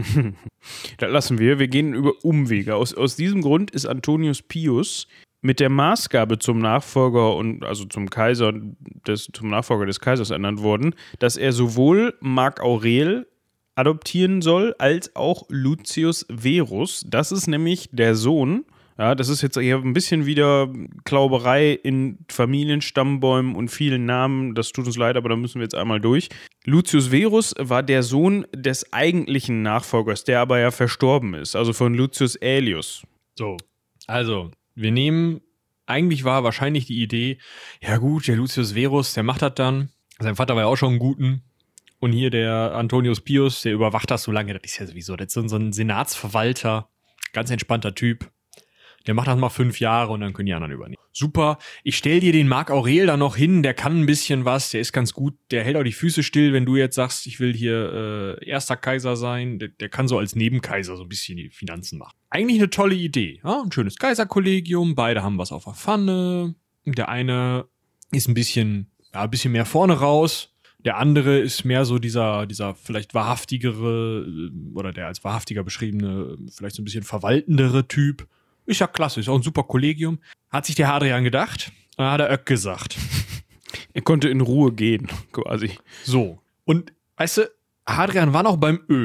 Das lassen wir. Wir gehen über Umwege. Aus, aus diesem Grund ist Antonius Pius mit der Maßgabe zum Nachfolger und also zum Kaiser des, zum Nachfolger des Kaisers ernannt worden, dass er sowohl Mark Aurel adoptieren soll, als auch Lucius Verus. Das ist nämlich der Sohn. Ja, das ist jetzt eher ein bisschen wieder Klauberei in Familienstammbäumen und vielen Namen. Das tut uns leid, aber da müssen wir jetzt einmal durch. Lucius Verus war der Sohn des eigentlichen Nachfolgers, der aber ja verstorben ist, also von Lucius Aelius. So, also, wir nehmen, eigentlich war wahrscheinlich die Idee, ja gut, der Lucius Verus, der macht das dann. Sein Vater war ja auch schon einen guten. Und hier der Antonius Pius, der überwacht das so lange, das ist ja sowieso, das ist so ein Senatsverwalter, ganz entspannter Typ. Der macht das mal fünf Jahre und dann können die anderen übernehmen. Super, ich stell dir den Mark Aurel da noch hin, der kann ein bisschen was, der ist ganz gut, der hält auch die Füße still, wenn du jetzt sagst, ich will hier äh, erster Kaiser sein, der, der kann so als Nebenkaiser so ein bisschen die Finanzen machen. Eigentlich eine tolle Idee, ja? Ein schönes Kaiserkollegium, beide haben was auf der Pfanne, der eine ist ein bisschen, ja, ein bisschen mehr vorne raus, der andere ist mehr so dieser, dieser vielleicht wahrhaftigere oder der als wahrhaftiger beschriebene, vielleicht so ein bisschen verwaltendere Typ. Ist ja klasse, ist auch ein super Kollegium. Hat sich der Hadrian gedacht, dann hat er Öck gesagt. Er konnte in Ruhe gehen, quasi. So, und weißt du, Hadrian war noch beim Ö.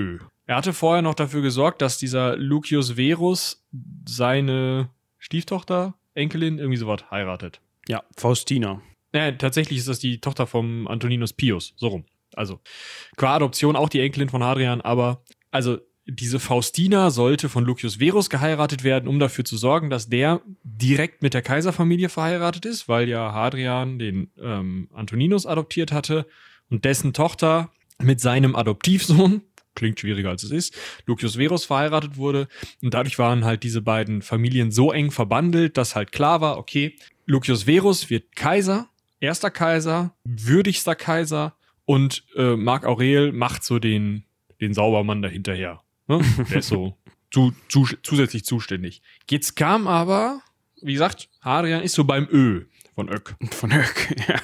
Er hatte vorher noch dafür gesorgt, dass dieser Lucius Verus seine Stieftochter, Enkelin, irgendwie sowas heiratet. Ja, Faustina. Ja, tatsächlich ist das die Tochter vom Antoninus Pius, so rum. Also qua Adoption auch die Enkelin von Hadrian, aber also diese Faustina sollte von Lucius Verus geheiratet werden, um dafür zu sorgen, dass der direkt mit der Kaiserfamilie verheiratet ist, weil ja Hadrian den ähm, Antoninus adoptiert hatte und dessen Tochter mit seinem Adoptivsohn, klingt schwieriger als es ist, Lucius Verus verheiratet wurde. Und dadurch waren halt diese beiden Familien so eng verbandelt, dass halt klar war, okay, Lucius Verus wird Kaiser, erster Kaiser, würdigster Kaiser und äh, Marc Aurel macht so den, den Saubermann dahinterher. Ne? Der ist so zu, zu, zusätzlich zuständig. Jetzt kam aber, wie gesagt, Hadrian ist so beim Ö von Ök. Von Ök, ja.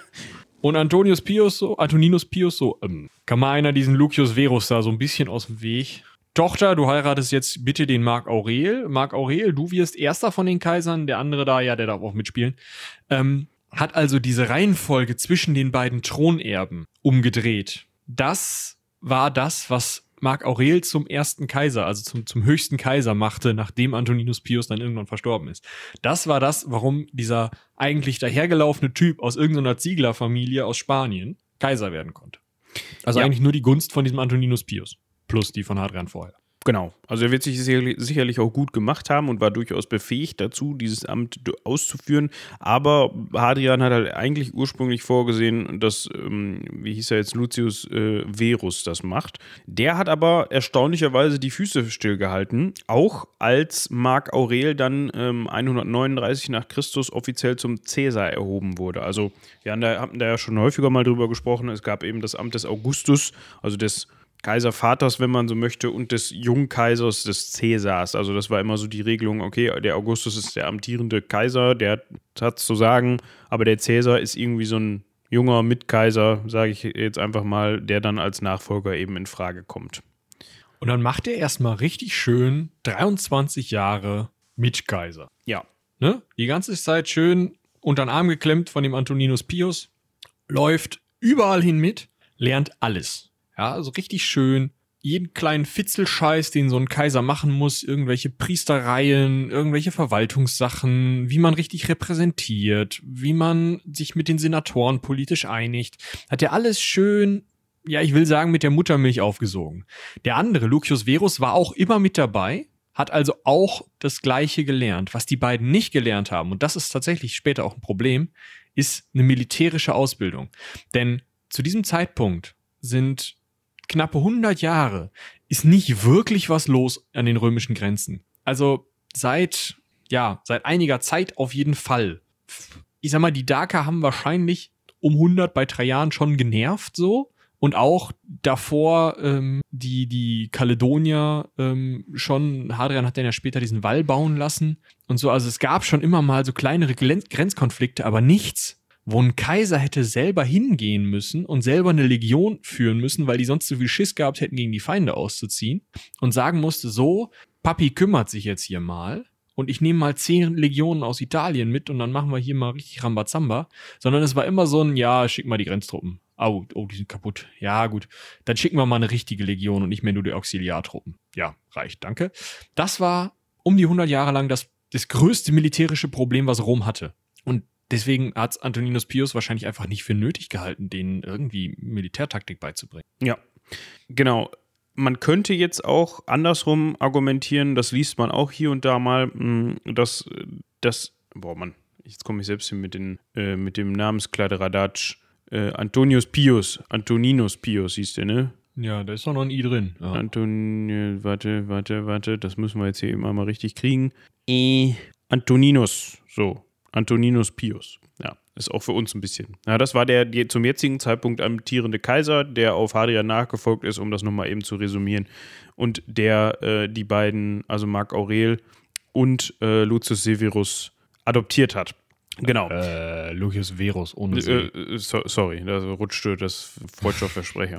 Und Antonius Pius so, Antoninus Pius so, ähm, kann mal einer diesen Lucius Verus da so ein bisschen aus dem Weg. Tochter, du heiratest jetzt bitte den Marc Aurel. Marc Aurel, du wirst erster von den Kaisern, der andere da, ja, der darf auch mitspielen. Ähm, hat also diese Reihenfolge zwischen den beiden Thronerben umgedreht. Das war das, was Marc Aurel zum ersten Kaiser, also zum, zum höchsten Kaiser machte, nachdem Antoninus Pius dann irgendwann verstorben ist. Das war das, warum dieser eigentlich dahergelaufene Typ aus irgendeiner Zieglerfamilie aus Spanien Kaiser werden konnte. Also ja. eigentlich nur die Gunst von diesem Antoninus Pius. Plus die von Hadrian vorher. Genau. Also er wird sich sicherlich auch gut gemacht haben und war durchaus befähigt dazu, dieses Amt auszuführen. Aber Hadrian hat halt eigentlich ursprünglich vorgesehen, dass, ähm, wie hieß er jetzt, Lucius äh, Verus das macht. Der hat aber erstaunlicherweise die Füße stillgehalten, auch als Marc Aurel dann ähm, hundertneununddreißig nach Christus offiziell zum Cäsar erhoben wurde. Also wir haben da, haben da ja schon häufiger mal drüber gesprochen. Es gab eben das Amt des Augustus, also des Kaiservaters, wenn man so möchte, und des Jungkaisers, des Cäsars. Also das war immer so die Regelung, okay, der Augustus ist der amtierende Kaiser, der hat es zu sagen, aber der Cäsar ist irgendwie so ein junger Mitkaiser, sage ich jetzt einfach mal, der dann als Nachfolger eben in Frage kommt. Und dann macht er erstmal richtig schön dreiundzwanzig Jahre Mitkaiser. Ja. Ne? Die ganze Zeit schön unter den Arm geklemmt von dem Antoninus Pius, läuft überall hin mit, lernt alles. Ja, also richtig schön. Jeden kleinen Fitzelscheiß, den so ein Kaiser machen muss, irgendwelche Priestereien, irgendwelche Verwaltungssachen, wie man richtig repräsentiert, wie man sich mit den Senatoren politisch einigt, hat er alles schön, ja, ich will sagen, mit der Muttermilch aufgesogen. Der andere, Lucius Verus, war auch immer mit dabei, hat also auch das Gleiche gelernt. Was die beiden nicht gelernt haben, und das ist tatsächlich später auch ein Problem, ist eine militärische Ausbildung. Denn zu diesem Zeitpunkt sind knappe hundert Jahre, ist nicht wirklich was los an den römischen Grenzen. Also seit, ja, seit einiger Zeit auf jeden Fall. Ich sag mal, die Daker haben wahrscheinlich um hundert bei Trajan schon genervt so. Und auch davor ähm, die, die Kaledonier ähm, schon, Hadrian hat dann ja später diesen Wall bauen lassen und so. Also es gab schon immer mal so kleinere Grenzkonflikte, aber nichts, wo ein Kaiser hätte selber hingehen müssen und selber eine Legion führen müssen, weil die sonst so viel Schiss gehabt hätten, gegen die Feinde auszuziehen und sagen musste, so, Papi kümmert sich jetzt hier mal und ich nehme mal zehn Legionen aus Italien mit und dann machen wir hier mal richtig Rambazamba, sondern es war immer so ein, ja, schick mal die Grenztruppen. Oh, oh, die sind kaputt. Ja, gut. Dann schicken wir mal eine richtige Legion und nicht mehr nur die Auxiliartruppen. Ja, reicht, danke. Das war um die hundert Jahre lang das, das größte militärische Problem, was Rom hatte. Und deswegen hat Antoninus Pius wahrscheinlich einfach nicht für nötig gehalten, denen irgendwie Militärtaktik beizubringen. Ja, genau. Man könnte jetzt auch andersrum argumentieren, das liest man auch hier und da mal, dass das, boah Mann, jetzt komme ich selbst hier mit, den, äh, mit dem Namenskladderadatsch, äh, Antonius Pius, Antoninus Pius hieß der, ne? Ja, da ist doch noch ein I drin. Ja. Anton, warte, warte, warte, das müssen wir jetzt hier eben einmal richtig kriegen. Äh, Antoninus, so. Antoninus Pius. Ja, ist auch für uns ein bisschen. Ja, das war der, der zum jetzigen Zeitpunkt amtierende Kaiser, der auf Hadrian nachgefolgt ist, um das nochmal eben zu resümieren. Und der äh, die beiden, also Marc Aurel und äh, Lucius Severus adoptiert hat. Genau. Äh, Lucius Verus ohne See. Äh, so, sorry, da rutschte das Freudscher Versprecher.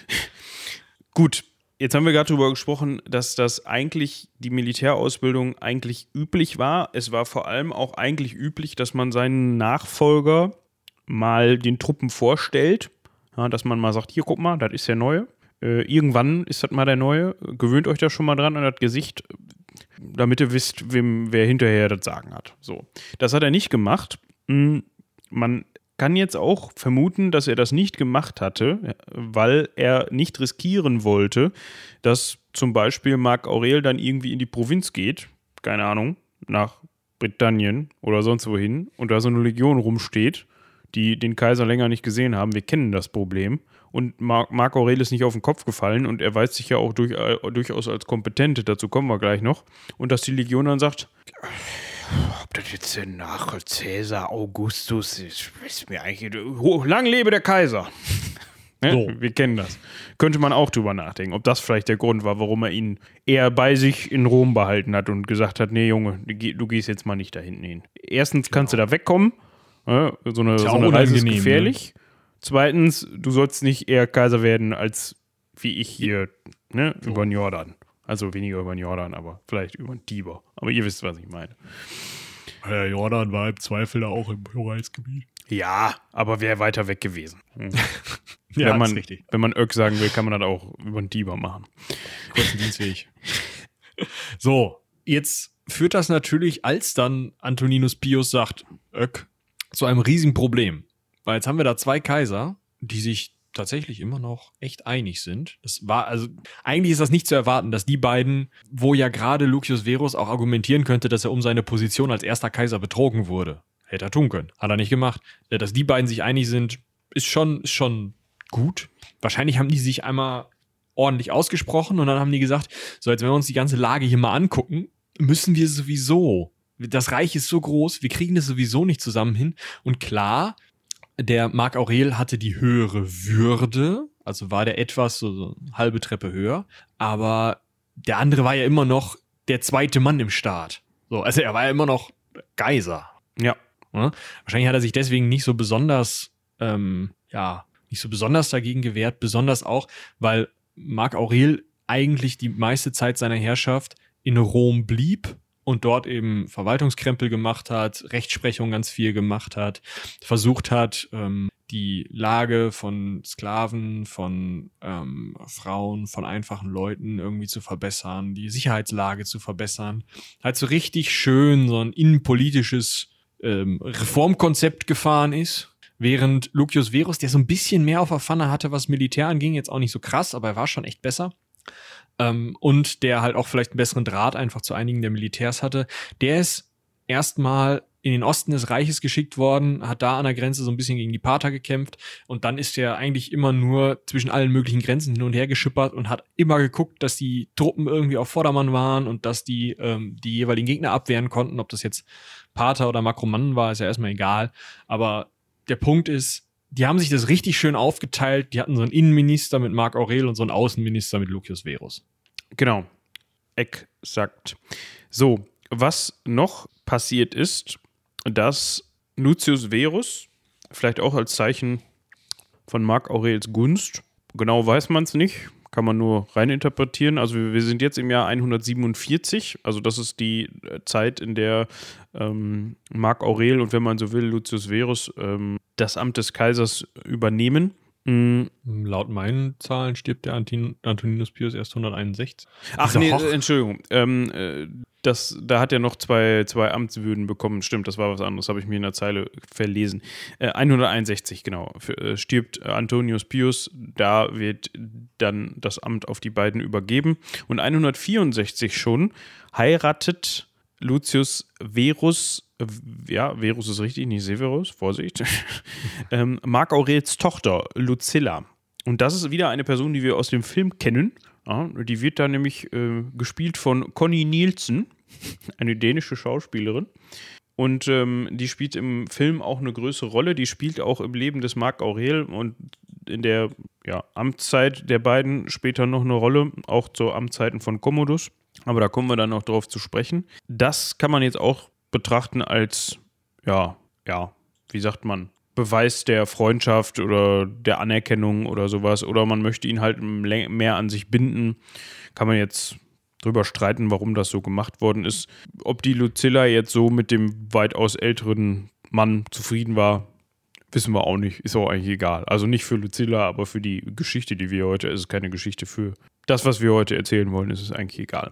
Gut. Jetzt haben wir gerade darüber gesprochen, dass das eigentlich die Militärausbildung eigentlich üblich war. Es war vor allem auch eigentlich üblich, dass man seinen Nachfolger mal den Truppen vorstellt. Ja, dass man mal sagt, hier, guck mal, das ist der Neue. Äh, irgendwann ist das mal der Neue. Gewöhnt euch da schon mal dran an das Gesicht, damit ihr wisst, wem, wer hinterher das Sagen hat. So. Das hat er nicht gemacht. Man kann jetzt auch vermuten, dass er das nicht gemacht hatte, weil er nicht riskieren wollte, dass zum Beispiel Marc Aurel dann irgendwie in die Provinz geht, keine Ahnung, nach Britannien oder sonst wohin und da so eine Legion rumsteht, die den Kaiser länger nicht gesehen haben. Wir kennen das Problem. Und Marc, Marc Aurel ist nicht auf den Kopf gefallen und er weiß sich ja auch durch, äh, durchaus als kompetent, dazu kommen wir gleich noch. Und dass die Legion dann sagt, ob das jetzt nach Cäsar Augustus ist, ist mir eigentlich, lang lebe der Kaiser. Ne? So. Wir kennen das. Könnte man auch drüber nachdenken, ob das vielleicht der Grund war, warum er ihn eher bei sich in Rom behalten hat und gesagt hat, nee Junge, du gehst jetzt mal nicht da hinten hin. Erstens kannst genau. du da wegkommen, ne? so eine, so eine Reise ist gefährlich. Ne? Zweitens, du sollst nicht eher Kaiser werden, als wie ich hier ne? so. über den Jordan. Also weniger über den Jordan, aber vielleicht über den Tiber. Aber ihr wisst, was ich meine. Der Jordan war im Zweifel da auch im Hoheitsgebiet. Ja, aber wäre weiter weg gewesen. Mhm. Ja, wenn man, ist richtig. Wenn man Ök sagen will, kann man das auch über den Tiber machen. Kurzen Dienstweg. So, jetzt führt das natürlich, als dann Antoninus Pius sagt, Ök, zu einem riesigen Problem. Weil jetzt haben wir da zwei Kaiser, die sich tatsächlich immer noch echt einig sind. Das war, also, eigentlich ist das nicht zu erwarten, dass die beiden, wo ja gerade Lucius Verus auch argumentieren könnte, dass er um seine Position als erster Kaiser betrogen wurde. Hätte er tun können. Hat er nicht gemacht. Dass die beiden sich einig sind, ist schon, ist schon gut. Wahrscheinlich haben die sich einmal ordentlich ausgesprochen und dann haben die gesagt, so, jetzt wenn wir uns die ganze Lage hier mal angucken, müssen wir sowieso, das Reich ist so groß, wir kriegen das sowieso nicht zusammen hin. Und klar, der Marc Aurel hatte die höhere Würde, also war der etwas so, so eine halbe Treppe höher, aber der andere war ja immer noch der zweite Mann im Staat. So, also er war ja immer noch Kaiser. Ja. Ja. Wahrscheinlich hat er sich deswegen nicht so besonders, ähm, ja, nicht so besonders dagegen gewehrt, besonders auch, weil Marc Aurel eigentlich die meiste Zeit seiner Herrschaft in Rom blieb und dort eben Verwaltungskrempel gemacht hat, Rechtsprechung ganz viel gemacht hat, versucht hat, ähm, die Lage von Sklaven, von ähm, Frauen, von einfachen Leuten irgendwie zu verbessern, die Sicherheitslage zu verbessern. Halt so richtig schön so ein innenpolitisches ähm, Reformkonzept gefahren ist. Während Lucius Verus, der so ein bisschen mehr auf der Pfanne hatte, was Militär anging, jetzt auch nicht so krass, aber er war schon echt besser. Ähm, und der halt auch vielleicht einen besseren Draht einfach zu einigen der Militärs hatte, der ist erstmal in den Osten des Reiches geschickt worden, hat da an der Grenze so ein bisschen gegen die Parther gekämpft und dann ist er eigentlich immer nur zwischen allen möglichen Grenzen hin und her geschippert und hat immer geguckt, dass die Truppen irgendwie auf Vordermann waren und dass die ähm, die jeweiligen Gegner abwehren konnten. Ob das jetzt Parther oder Markomannen war, ist ja erstmal egal, aber der Punkt ist, die haben sich das richtig schön aufgeteilt. Die hatten so einen Innenminister mit Marc Aurel und so einen Außenminister mit Lucius Verus. Genau. Exakt. So, was noch passiert ist, dass Lucius Verus, vielleicht auch als Zeichen von Marc Aurels Gunst, genau weiß man es nicht, kann man nur reininterpretieren. Also wir, wir sind jetzt im Jahr hundertsiebenundvierzig, also das ist die Zeit, in der ähm, Marc Aurel und wenn man so will, Lucius Verus ähm, das Amt des Kaisers übernehmen. Mhm. Laut meinen Zahlen stirbt der Antin- Antoninus Pius erst hunderteinundsechzig. Ach nee, Hoch- Entschuldigung. Ähm, äh, das, da hat er noch zwei, zwei Amtswürden bekommen. Stimmt, das war was anderes, habe ich mir in der Zeile verlesen. Äh, hunderteinundsechzig, genau. Für, äh, stirbt Antonius Pius. Da wird dann das Amt auf die beiden übergeben. Und hundertvierundsechzig schon heiratet Lucius Verus, äh, ja, Verus ist richtig, nicht Severus, Vorsicht, ähm, Marc Aurels Tochter, Lucilla. Und das ist wieder eine Person, die wir aus dem Film kennen. Ja, die wird da nämlich äh, gespielt von Connie Nielsen, eine dänische Schauspielerin. Und ähm, die spielt im Film auch eine größere Rolle. Die spielt auch im Leben des Marc Aurel und in der ja, Amtszeit der beiden später noch eine Rolle, auch zu Amtszeiten von Commodus. Aber da kommen wir dann noch drauf zu sprechen. Das kann man jetzt auch betrachten als, ja, ja, wie sagt man, Beweis der Freundschaft oder der Anerkennung oder sowas. Oder man möchte ihn halt mehr an sich binden. Kann man jetzt drüber streiten, warum das so gemacht worden ist. Ob die Lucilla jetzt so mit dem weitaus älteren Mann zufrieden war, Wissen wir auch nicht. Ist auch eigentlich egal. Also nicht für Lucilla, aber für die Geschichte, die wir heute, ist es keine Geschichte für das, was wir heute erzählen wollen, ist es eigentlich egal.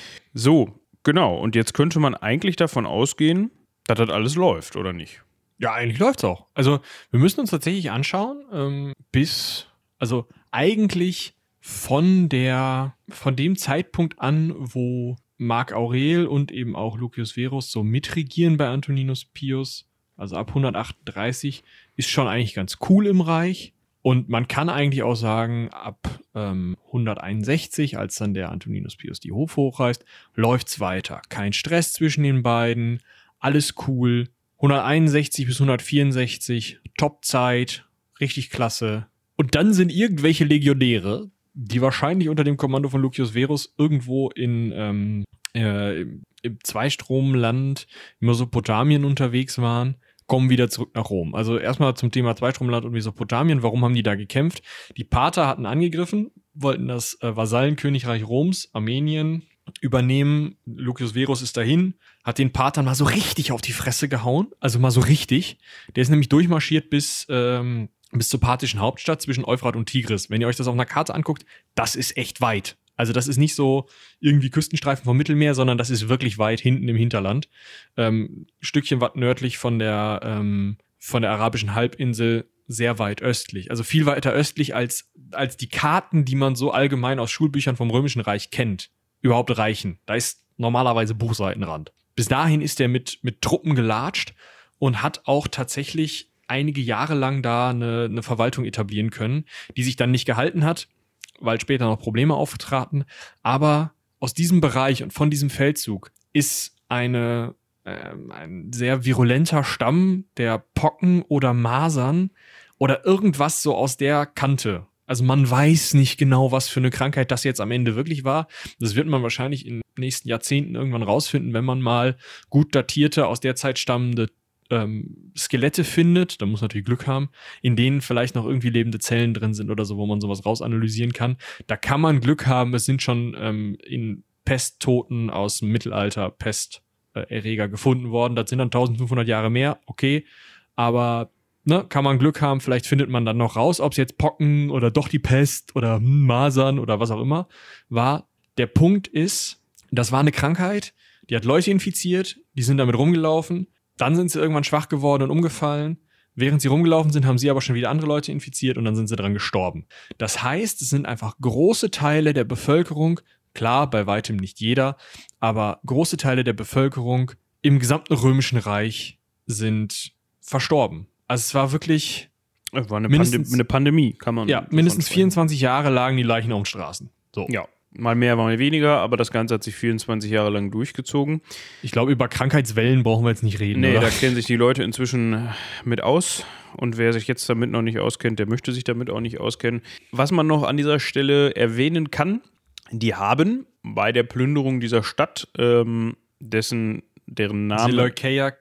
So, genau. Und jetzt könnte man eigentlich davon ausgehen, dass das alles läuft, oder nicht? Ja, eigentlich läuft's auch. Also wir müssen uns tatsächlich anschauen, ähm, bis, also eigentlich von der, von dem Zeitpunkt an, wo Marc Aurel und eben auch Lucius Verus so mitregieren bei Antoninus Pius, also ab hundertachtunddreißig, ist schon eigentlich ganz cool im Reich. Und man kann eigentlich auch sagen, ab ähm, hunderteinundsechzig, als dann der Antoninus Pius die Hof hochreißt, läuft's weiter. Kein Stress zwischen den beiden, alles cool. hunderteinundsechzig bis hundertvierundsechzig, Top-Zeit, richtig klasse. Und dann sind irgendwelche Legionäre, die wahrscheinlich unter dem Kommando von Lucius Verus irgendwo in ähm, äh, im Zweistromland, in Mesopotamien unterwegs waren, kommen wieder zurück nach Rom. Also erstmal zum Thema Zweistromland und Mesopotamien. Warum haben die da gekämpft? Die Parther hatten angegriffen, wollten das äh, Vasallenkönigreich Roms, Armenien, übernehmen. Lucius Verus ist dahin, hat den Parthern mal so richtig auf die Fresse gehauen. Also mal so richtig. Der ist nämlich durchmarschiert bis, ähm, bis zur parthischen Hauptstadt zwischen Euphrat und Tigris. Wenn ihr euch das auf einer Karte anguckt, das ist echt weit. Also das ist nicht so irgendwie Küstenstreifen vom Mittelmeer, sondern das ist wirklich weit hinten im Hinterland. Ähm, Stückchen weit nördlich von der, ähm, von der arabischen Halbinsel, sehr weit östlich. Also viel weiter östlich als, als die Karten, die man so allgemein aus Schulbüchern vom Römischen Reich kennt, überhaupt reichen. Da ist normalerweise Buchseitenrand. Bis dahin ist er mit, mit Truppen gelatscht und hat auch tatsächlich einige Jahre lang da eine, eine Verwaltung etablieren können, die sich dann nicht gehalten hat, weil später noch Probleme auftraten. Aber aus diesem Bereich und von diesem Feldzug ist eine, äh, ein sehr virulenter Stamm der Pocken oder Masern oder irgendwas so aus der Kante. Also man weiß nicht genau, was für eine Krankheit das jetzt am Ende wirklich war. Das wird man wahrscheinlich in den nächsten Jahrzehnten irgendwann rausfinden, wenn man mal gut datierte, aus der Zeit stammende ähm, Skelette findet. Da muss man natürlich Glück haben, in denen vielleicht noch irgendwie lebende Zellen drin sind oder so, wo man sowas rausanalysieren kann. Da kann man Glück haben. Es sind schon ähm, in Pesttoten aus dem Mittelalter Pesterreger gefunden worden. Das sind dann eintausendfünfhundert Jahre mehr. Okay, aber Ne, kann man Glück haben, vielleicht findet man dann noch raus, ob es jetzt Pocken oder doch die Pest oder hm, Masern oder was auch immer war. Der Punkt ist, das war eine Krankheit, die hat Leute infiziert, die sind damit rumgelaufen, dann sind sie irgendwann schwach geworden und umgefallen. Während sie rumgelaufen sind, haben sie aber schon wieder andere Leute infiziert und dann sind sie dran gestorben. Das heißt, es sind einfach große Teile der Bevölkerung, klar, bei weitem nicht jeder, aber große Teile der Bevölkerung im gesamten Römischen Reich sind verstorben. Also es war wirklich Es war eine, Pande- eine Pandemie, kann man Ja, mindestens vierundzwanzig Jahre lagen die Leichen auf den Straßen. So. Ja, mal mehr, mal weniger, aber das Ganze hat sich vierundzwanzig Jahre lang durchgezogen. Ich glaube, über Krankheitswellen brauchen wir jetzt nicht reden, Nee, oder? da kennen sich die Leute inzwischen mit aus. Und wer sich jetzt damit noch nicht auskennt, der möchte sich damit auch nicht auskennen. Was man noch an dieser Stelle erwähnen kann, die haben bei der Plünderung dieser Stadt, ähm, dessen, deren Name... Seleukeia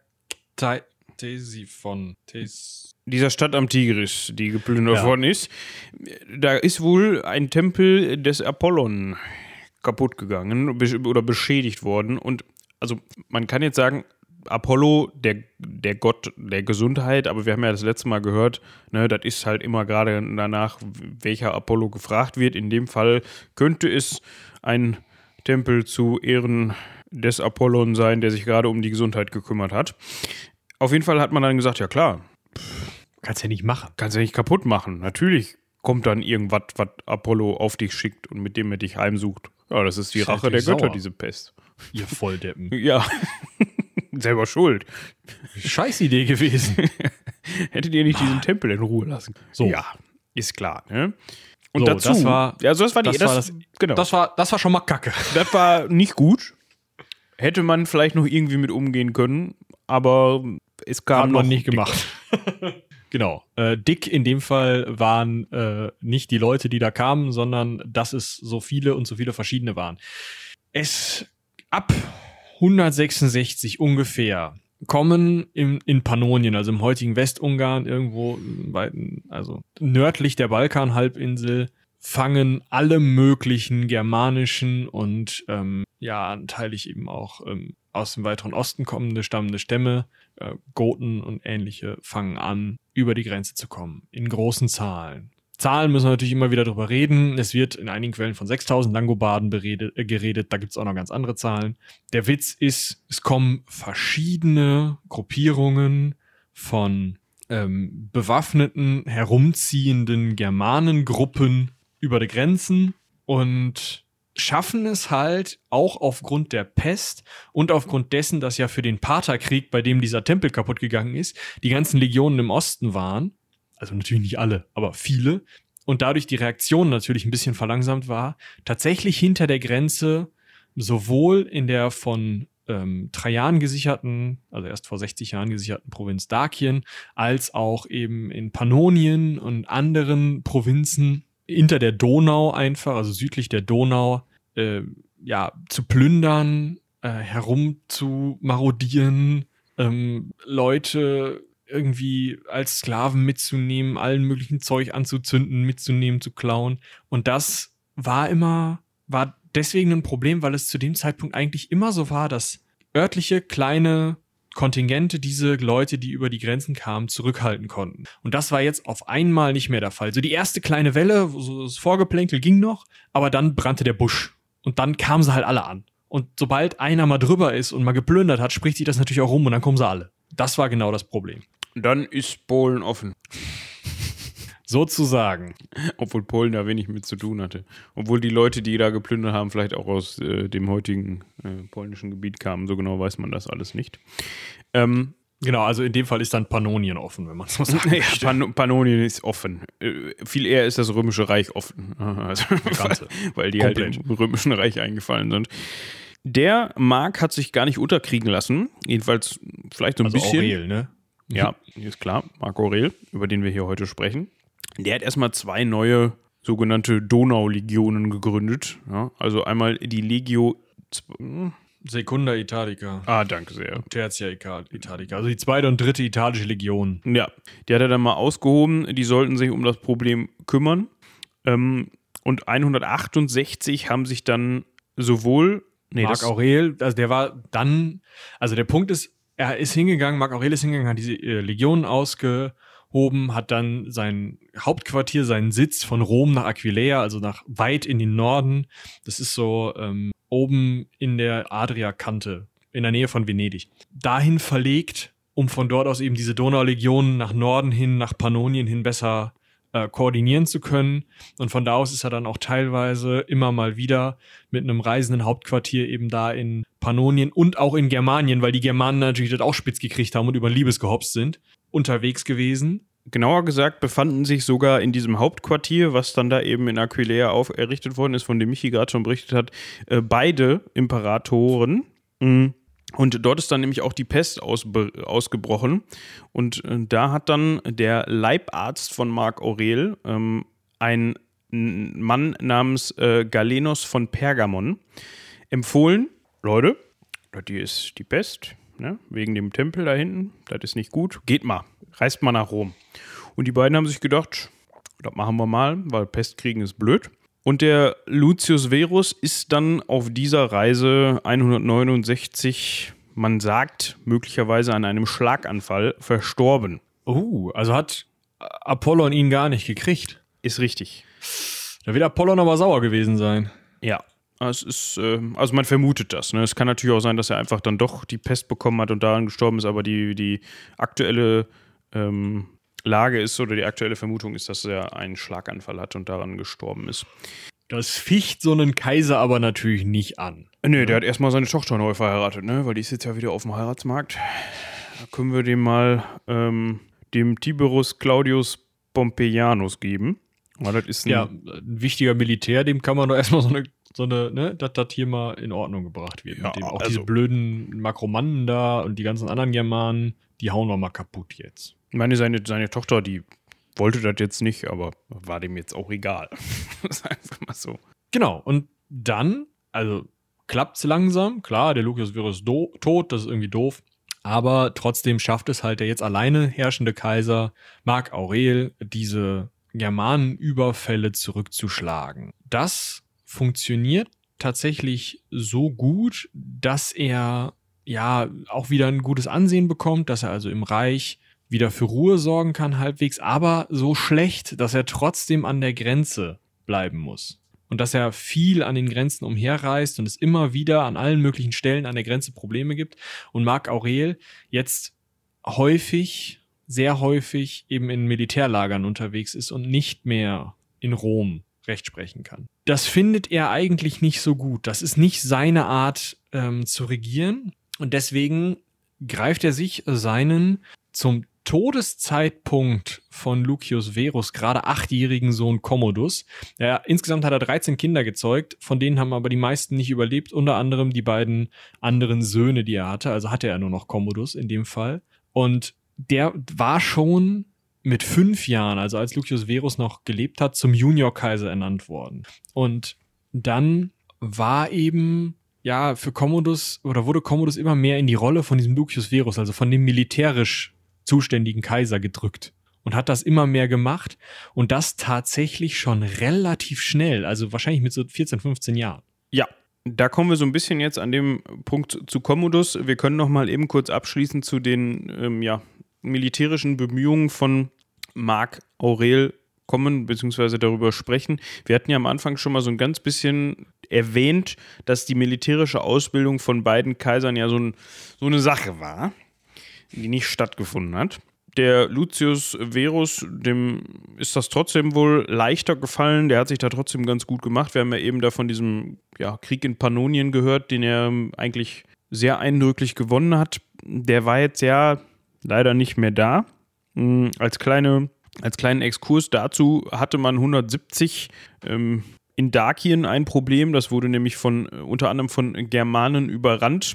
Ctesiphon. Tes- dieser Stadt am Tigris, die geplündert Ja. worden ist, da ist wohl ein Tempel des Apollon kaputt gegangen besch- oder beschädigt worden. Und also man kann jetzt sagen, Apollo, der, der Gott der Gesundheit, aber wir haben ja das letzte Mal gehört, ne, das ist halt immer gerade danach, welcher Apollo gefragt wird. In dem Fall könnte es ein Tempel zu Ehren des Apollon sein, der sich gerade um die Gesundheit gekümmert hat. Auf jeden Fall hat man dann gesagt, ja klar, Kannst ja nicht machen. kannst ja nicht kaputt machen. Natürlich kommt dann irgendwas, was Apollo auf dich schickt und mit dem er dich heimsucht. Ja, das ist die Ist Rache der natürlich Götter, sauer. diese Pest. Ihr Volldeppen. Ja, selber schuld. Scheiß Idee gewesen. Hättet ihr nicht diesen Tempel in Ruhe lassen. So. Ja, ist klar, ne? Und So, dazu, das war- ja, also das war die, das das, war das- genau. Das war, das war schon mal Kacke. Das war nicht gut. Hätte man vielleicht noch irgendwie mit umgehen können, aber es kam Hat noch man nicht gemacht. Genau. Äh, dick in dem Fall waren äh, nicht die Leute, die da kamen, sondern dass es so viele und so viele verschiedene waren. Es ab hundertsechsundsechzig ungefähr kommen im, in Pannonien, also im heutigen Westungarn, irgendwo im weiten, also nördlich der Balkanhalbinsel, fangen alle möglichen germanischen und ähm, ja, anteilig eben auch ähm, aus dem weiteren Osten kommende, stammende Stämme, äh, Goten und ähnliche, fangen an, über die Grenze zu kommen. In großen Zahlen. Zahlen müssen wir natürlich immer wieder drüber reden. Es wird in einigen Quellen von sechstausend Langobarden beredet, äh, geredet. Da gibt es auch noch ganz andere Zahlen. Der Witz ist, es kommen verschiedene Gruppierungen von ähm, bewaffneten, herumziehenden Germanengruppen über die Grenzen und schaffen es halt auch aufgrund der Pest und aufgrund dessen, dass ja für den Partherkrieg, bei dem dieser Tempel kaputt gegangen ist, die ganzen Legionen im Osten waren, also natürlich nicht alle, aber viele, und dadurch die Reaktion natürlich ein bisschen verlangsamt war, tatsächlich hinter der Grenze sowohl in der von ähm, Trajan gesicherten, also erst vor sechzig Jahren gesicherten Provinz Dakien, als auch eben in Pannonien und anderen Provinzen hinter der Donau einfach, also südlich der Donau, äh, ja, zu plündern, äh, herum zu marodieren, ähm, Leute irgendwie als Sklaven mitzunehmen, allen möglichen Zeug anzuzünden, mitzunehmen, zu klauen. Und das war immer, war deswegen ein Problem, weil es zu dem Zeitpunkt eigentlich immer so war, dass örtliche kleine Kontingente diese Leute, die über die Grenzen kamen, zurückhalten konnten. Und das war jetzt auf einmal nicht mehr der Fall. So die erste kleine Welle, so das Vorgeplänkel ging noch, aber dann brannte der Busch. Und dann kamen sie halt alle an. Und sobald einer mal drüber ist und mal geplündert hat, spricht sich das natürlich auch rum und dann kommen sie alle. Das war genau das Problem. Dann ist Polen offen. Sozusagen. Obwohl Polen da wenig mit zu tun hatte. Obwohl die Leute, die da geplündert haben, vielleicht auch aus äh, dem heutigen äh, polnischen Gebiet kamen. So genau weiß man das alles nicht. Ähm, genau, also in dem Fall ist dann Pannonien offen, wenn man so sagen ja, möchte. Pan- Pannonien ist offen. Äh, viel eher ist das Römische Reich offen. Also, weil, weil die Komplett. halt im Römischen Reich eingefallen sind. Der Mark hat sich gar nicht unterkriegen lassen. Jedenfalls vielleicht so ein Also bisschen. Aurel, ne? Ja, ist klar. Mark Aurel, über den wir hier heute sprechen. Der hat erstmal zwei neue sogenannte Donaulegionen gegründet. Ja, also einmal die Legio. Secunda Italica. Ah, danke sehr. Tertia Italica. Also die zweite und dritte italische Legion. Ja, die hat er dann mal ausgehoben. Die sollten sich um das Problem kümmern. Ähm, und hundertachtundsechzig haben sich dann sowohl. Nee, Mark Aurel, also der war dann. Also der Punkt ist, er ist hingegangen, Mark Aurel ist hingegangen, hat diese äh, Legionen ausgehoben, hat dann sein Hauptquartier, seinen Sitz von Rom nach Aquileia, also nach weit in den Norden. Das ist so ähm, oben in der Adriakante, in der Nähe von Venedig. Dahin verlegt, um von dort aus eben diese Donaulegionen nach Norden hin, nach Pannonien hin besser äh, koordinieren zu können. Und von da aus ist er dann auch teilweise immer mal wieder mit einem reisenden Hauptquartier eben da in Pannonien und auch in Germanien, weil die Germanen natürlich das auch spitz gekriegt haben und über Liebes gehopst sind, unterwegs gewesen. Genauer gesagt befanden sich sogar in diesem Hauptquartier, was dann da eben in Aquileia auf errichtet worden ist, von dem Michi gerade schon berichtet hat, äh, beide Imperatoren. Mhm. Und dort ist dann nämlich auch die Pest ausbe- ausgebrochen. Und äh, da hat dann der Leibarzt von Mark Aurel, ähm, ein n- Mann namens äh, Galenos von Pergamon, empfohlen, Leute, das hier ist die Pest, ne? Wegen dem Tempel da hinten, das ist nicht gut, geht mal, reist mal nach Rom. Und die beiden haben sich gedacht, das machen wir mal, weil Pest kriegen ist blöd. Und der Lucius Verus ist dann auf dieser Reise hundertneunundsechzig, man sagt, möglicherweise an einem Schlaganfall verstorben. Oh, also hat Apollon ihn gar nicht gekriegt. Ist richtig. Da wird Apollon aber sauer gewesen sein. Ja. Es ist, äh, also man vermutet das. Ne? Es kann natürlich auch sein, dass er einfach dann doch die Pest bekommen hat und daran gestorben ist, aber die, die aktuelle ähm, Lage ist oder die aktuelle Vermutung ist, dass er einen Schlaganfall hat und daran gestorben ist. Das ficht so einen Kaiser aber natürlich nicht an. Nö, ja. Der hat erstmal seine Tochter neu verheiratet, ne? Weil die ist jetzt ja wieder auf dem Heiratsmarkt. Da können wir dem mal ähm, dem Tiberius Claudius Pompeianus geben. Weil das ist ein ja, ein wichtiger Militär, dem kann man doch erstmal so eine, so eine, ne, dass das hier mal in Ordnung gebracht wird. Ja, mit dem. Auch also, diese blöden Makromannen da und die ganzen anderen Germanen, die hauen wir mal kaputt jetzt. Ich meine, seine, seine Tochter, die wollte das jetzt nicht, aber war dem jetzt auch egal. Das ist einfach mal so. Genau, und dann, also klappt es langsam. Klar, der Lucius Verus ist do- tot, das ist irgendwie doof. Aber trotzdem schafft es halt der jetzt alleine herrschende Kaiser Mark Aurel, diese Germanenüberfälle zurückzuschlagen. Das funktioniert tatsächlich so gut, dass er ja auch wieder ein gutes Ansehen bekommt, dass er also im Reich wieder für Ruhe sorgen kann halbwegs, aber so schlecht, dass er trotzdem an der Grenze bleiben muss. Und dass er viel an den Grenzen umherreist und es immer wieder an allen möglichen Stellen an der Grenze Probleme gibt. Und Marc Aurel jetzt häufig, sehr häufig eben in Militärlagern unterwegs ist und nicht mehr in Rom Recht sprechen kann. Das findet er eigentlich nicht so gut. Das ist nicht seine Art ähm, zu regieren. Und deswegen greift er sich seinen zum Todeszeitpunkt von Lucius Verus gerade achtjährigen Sohn Commodus. Ja, insgesamt hat er dreizehn Kinder gezeugt, von denen haben aber die meisten nicht überlebt, unter anderem die beiden anderen Söhne, die er hatte. Also hatte er nur noch Commodus in dem Fall. Und der war schon mit fünf Jahren, also als Lucius Verus noch gelebt hat, zum Juniorkaiser ernannt worden. Und dann war eben, ja, für Commodus, oder wurde Commodus immer mehr in die Rolle von diesem Lucius Verus, also von dem militärisch zuständigen Kaiser gedrückt und hat das immer mehr gemacht und das tatsächlich schon relativ schnell, also wahrscheinlich mit so vierzehn, fünfzehn Jahren. Ja, da kommen wir so ein bisschen jetzt an dem Punkt zu Commodus. Wir können noch mal eben kurz abschließen zu den ähm, ja, militärischen Bemühungen von Marc Aurel kommen, beziehungsweise darüber sprechen. Wir hatten ja am Anfang schon mal so ein ganz bisschen erwähnt, dass die militärische Ausbildung von beiden Kaisern ja so, ein, so eine Sache war, die nicht stattgefunden hat. Der Lucius Verus, dem ist das trotzdem wohl leichter gefallen, der hat sich da trotzdem ganz gut gemacht. Wir haben ja eben da von diesem ja, Krieg in Pannonien gehört, den er eigentlich sehr eindrücklich gewonnen hat. Der war jetzt ja leider nicht mehr da. Als, kleine, als kleinen Exkurs dazu hatte man hundertsiebzig ähm, in Dakien ein Problem, das wurde nämlich von unter anderem von Germanen überrannt.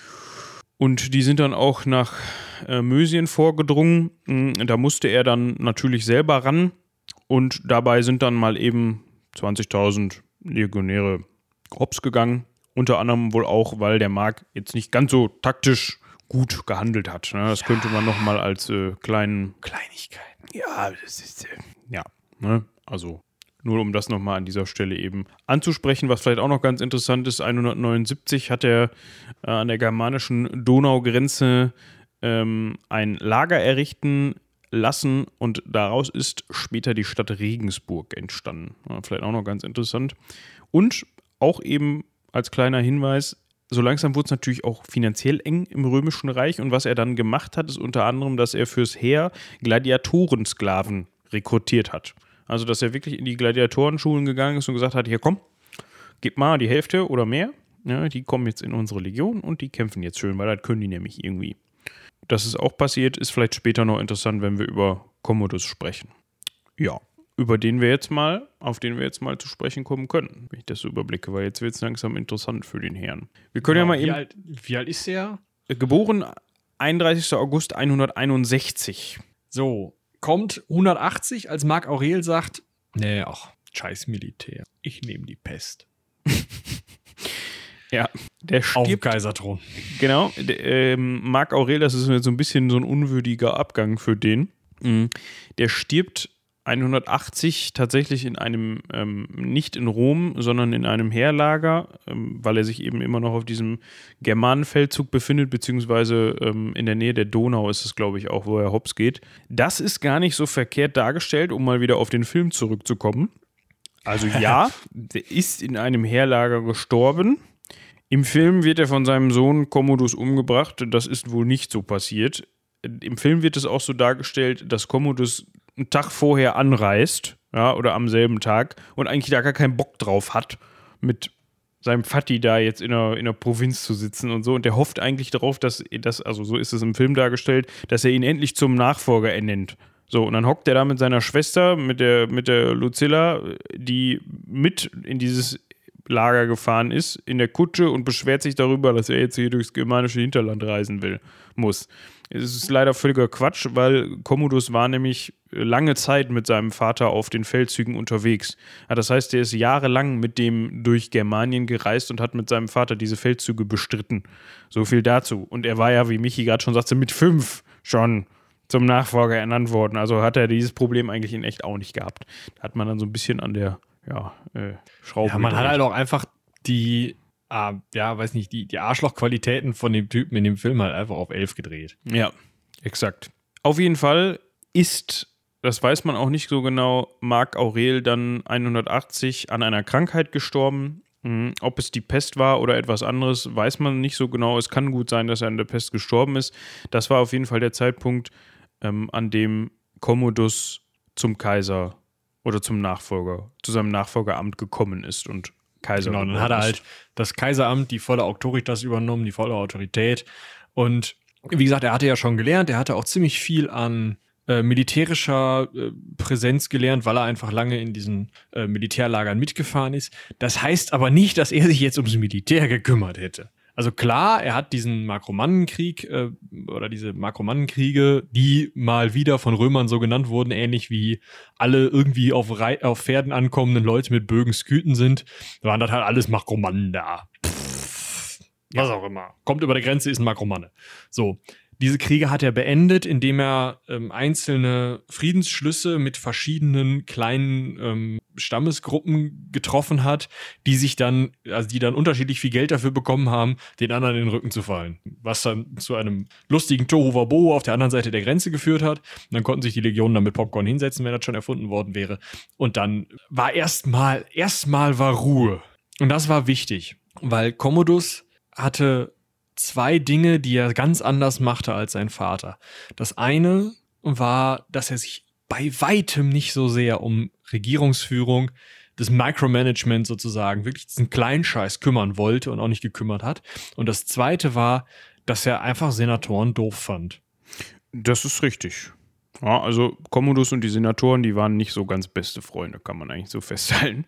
Und die sind dann auch nach äh, Mösien vorgedrungen. Da musste er dann natürlich selber ran. Und dabei sind dann mal eben zwanzigtausend Legionäre hops gegangen. Unter anderem wohl auch, weil der Marc jetzt nicht ganz so taktisch gut gehandelt hat. Ne? Das ja. könnte man nochmal als äh, kleinen... Kleinigkeiten. Ja, das ist... Äh, ja, ne? Also... Nur um das nochmal an dieser Stelle eben anzusprechen, was vielleicht auch noch ganz interessant ist, hundertneunundsiebzig hat er äh, an der germanischen Donaugrenze ähm, ein Lager errichten lassen und daraus ist später die Stadt Regensburg entstanden. Ja, vielleicht auch noch ganz interessant. Und auch eben als kleiner Hinweis, so langsam wurde es natürlich auch finanziell eng im Römischen Reich und was er dann gemacht hat, ist unter anderem, dass er fürs Heer Gladiatorensklaven rekrutiert hat. Also, dass er wirklich in die Gladiatorenschulen gegangen ist und gesagt hat, hier komm, gib mal die Hälfte oder mehr. Ja, die kommen jetzt in unsere Legion und die kämpfen jetzt schön, weil das können die nämlich irgendwie. Dass es auch passiert, ist vielleicht später noch interessant, wenn wir über Commodus sprechen. Ja, über den wir jetzt mal, auf den wir jetzt mal zu sprechen kommen können, wenn ich das so überblicke, weil jetzt wird es langsam interessant für den Herrn. Wir können genau, ja mal wie eben... Alt, wie alt ist der? Geboren einunddreißigster August hunderteinundsechzig. So, kommt hundertachtzig, als Marc Aurel sagt, nee, ach, scheiß Militär, ich nehme die Pest. Ja, der stirbt. Auf dem Kaiserthron. Genau, der, ähm, Marc Aurel, das ist so ein bisschen so ein unwürdiger Abgang für den. Mhm. Der stirbt hundertachtzig tatsächlich in einem, ähm, nicht in Rom, sondern in einem Heerlager, ähm, weil er sich eben immer noch auf diesem Germanenfeldzug befindet, beziehungsweise ähm, in der Nähe der Donau ist es, glaube ich, auch, wo er hops geht. Das ist gar nicht so verkehrt dargestellt, um mal wieder auf den Film zurückzukommen. Also ja, der ist in einem Heerlager gestorben. Im Film wird er von seinem Sohn Commodus umgebracht. Das ist wohl nicht so passiert. Im Film wird es auch so dargestellt, dass Commodus einen Tag vorher anreist, ja, oder am selben Tag und eigentlich da gar keinen Bock drauf hat, mit seinem Vati da jetzt in der, in der Provinz zu sitzen und so. Und der hofft eigentlich darauf, dass, dass, also so ist es im Film dargestellt, dass er ihn endlich zum Nachfolger ernennt. So, und dann hockt er da mit seiner Schwester, mit der, mit der Lucilla, die mit in dieses Lager gefahren ist, in der Kutsche und beschwert sich darüber, dass er jetzt hier durchs germanische Hinterland reisen will, muss. Es ist leider völliger Quatsch, weil Commodus war nämlich lange Zeit mit seinem Vater auf den Feldzügen unterwegs. Ja, das heißt, er ist jahrelang mit dem durch Germanien gereist und hat mit seinem Vater diese Feldzüge bestritten. So viel dazu. Und er war ja, wie Michi gerade schon sagte, mit fünf schon zum Nachfolger ernannt worden. Also hat er dieses Problem eigentlich in echt auch nicht gehabt. Da hat man dann so ein bisschen an der ja, äh, Schraube. Ja, man hat halt auch einfach die ah, ja, weiß nicht, die, die Arschlochqualitäten von dem Typen in dem Film halt einfach auf elf gedreht. Ja, exakt. Auf jeden Fall ist, das weiß man auch nicht so genau, Marc Aurel dann hundertachtzig an einer Krankheit gestorben. Mhm. Ob es die Pest war oder etwas anderes, weiß man nicht so genau. Es kann gut sein, dass er an der Pest gestorben ist. Das war auf jeden Fall der Zeitpunkt, ähm, an dem Commodus zum Kaiser oder zum Nachfolger, zu seinem Nachfolgeramt gekommen ist und Kaiser Genau, geworden dann hat er ist. halt das Kaiseramt, die volle Autoritas übernommen, die volle Autorität. Und wie gesagt, er hatte ja schon gelernt, er hatte auch ziemlich viel an äh, militärischer äh, Präsenz gelernt, weil er einfach lange in diesen äh, Militärlagern mitgefahren ist. Das heißt aber nicht, dass er sich jetzt ums Militär gekümmert hätte. Also klar, er hat diesen Markomannenkrieg äh, oder diese Markomannenkriege, die mal wieder von Römern so genannt wurden, ähnlich wie alle irgendwie auf, Rei- auf Pferden ankommenden Leute mit Bögen Sküten sind, waren das halt alles Makromannen da. Pff, was auch immer. Kommt über die Grenze, ist ein Makromanne. So. Diese Kriege hat er beendet, indem er ähm, einzelne Friedensschlüsse mit verschiedenen kleinen ähm, Stammesgruppen getroffen hat, die sich dann, also die dann unterschiedlich viel Geld dafür bekommen haben, den anderen in den Rücken zu fallen. Was dann zu einem lustigen Tohuwabohu auf der anderen Seite der Grenze geführt hat. Und dann konnten sich die Legionen dann mit Popcorn hinsetzen, wenn das schon erfunden worden wäre. Und dann war erstmal, erstmal war Ruhe. Und das war wichtig, weil Commodus hatte zwei Dinge, die er ganz anders machte als sein Vater. Das eine war, dass er sich bei weitem nicht so sehr um Regierungsführung, das Micromanagement sozusagen, wirklich diesen kleinen Scheiß kümmern wollte und auch nicht gekümmert hat. Und das zweite war, dass er einfach Senatoren doof fand. Das ist richtig. Ja, also Commodus und die Senatoren, die waren nicht so ganz beste Freunde, kann man eigentlich so festhalten.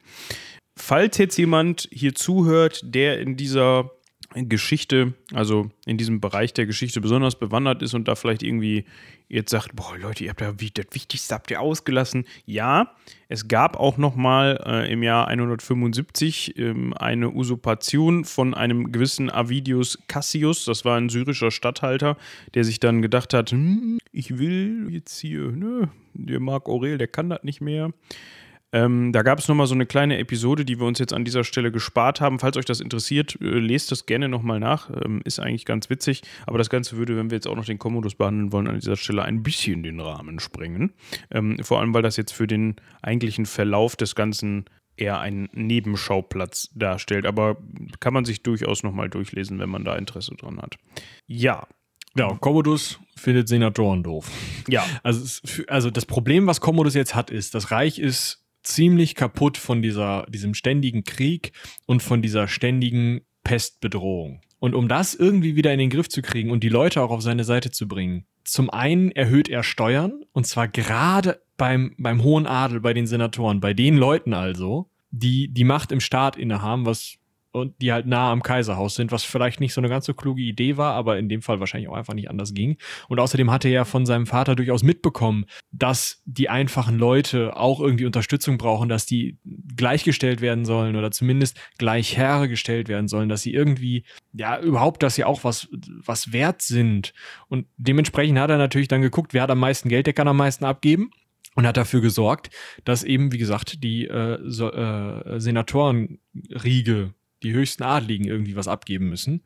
Falls jetzt jemand hier zuhört, der in dieser Geschichte, also in diesem Bereich der Geschichte besonders bewandert ist und da vielleicht irgendwie jetzt sagt, boah Leute, ihr habt da wie, das Wichtigste habt ihr ausgelassen. Ja, es gab auch nochmal äh, im Jahr hundertfünfundsiebzig ähm, eine Usurpation von einem gewissen Avidius Cassius, das war ein syrischer Statthalter, der sich dann gedacht hat, hm, ich will jetzt hier, ne, der Marc Aurel, der kann das nicht mehr. Ähm, da gab es nochmal so eine kleine Episode, die wir uns jetzt an dieser Stelle gespart haben. Falls euch das interessiert, äh, lest das gerne nochmal nach. Ähm, ist eigentlich ganz witzig. Aber das Ganze würde, wenn wir jetzt auch noch den Commodus behandeln wollen, an dieser Stelle ein bisschen den Rahmen sprengen. Ähm, vor allem, weil das jetzt für den eigentlichen Verlauf des Ganzen eher einen Nebenschauplatz darstellt. Aber kann man sich durchaus nochmal durchlesen, wenn man da Interesse dran hat. Ja. Ja, Commodus findet Senatoren doof. Ja. Also, es, also das Problem, was Commodus jetzt hat, ist, das Reich ist ziemlich kaputt von dieser, diesem ständigen Krieg und von dieser ständigen Pestbedrohung. Und um das irgendwie wieder in den Griff zu kriegen und die Leute auch auf seine Seite zu bringen, zum einen erhöht er Steuern, und zwar gerade beim, beim hohen Adel, bei den Senatoren, bei den Leuten also, die die Macht im Staat innehaben, was und die halt nah am Kaiserhaus sind, was vielleicht nicht so eine ganz so kluge Idee war, aber in dem Fall wahrscheinlich auch einfach nicht anders ging. Und außerdem hatte er ja von seinem Vater durchaus mitbekommen, dass die einfachen Leute auch irgendwie Unterstützung brauchen, dass die gleichgestellt werden sollen oder zumindest gleich hergestellt werden sollen, dass sie irgendwie, ja, überhaupt, dass sie auch was, was wert sind. Und dementsprechend hat er natürlich dann geguckt, wer hat am meisten Geld, der kann am meisten abgeben. Und hat dafür gesorgt, dass eben, wie gesagt, die äh, so, äh, Senatorenriege, die höchsten Adligen irgendwie was abgeben müssen.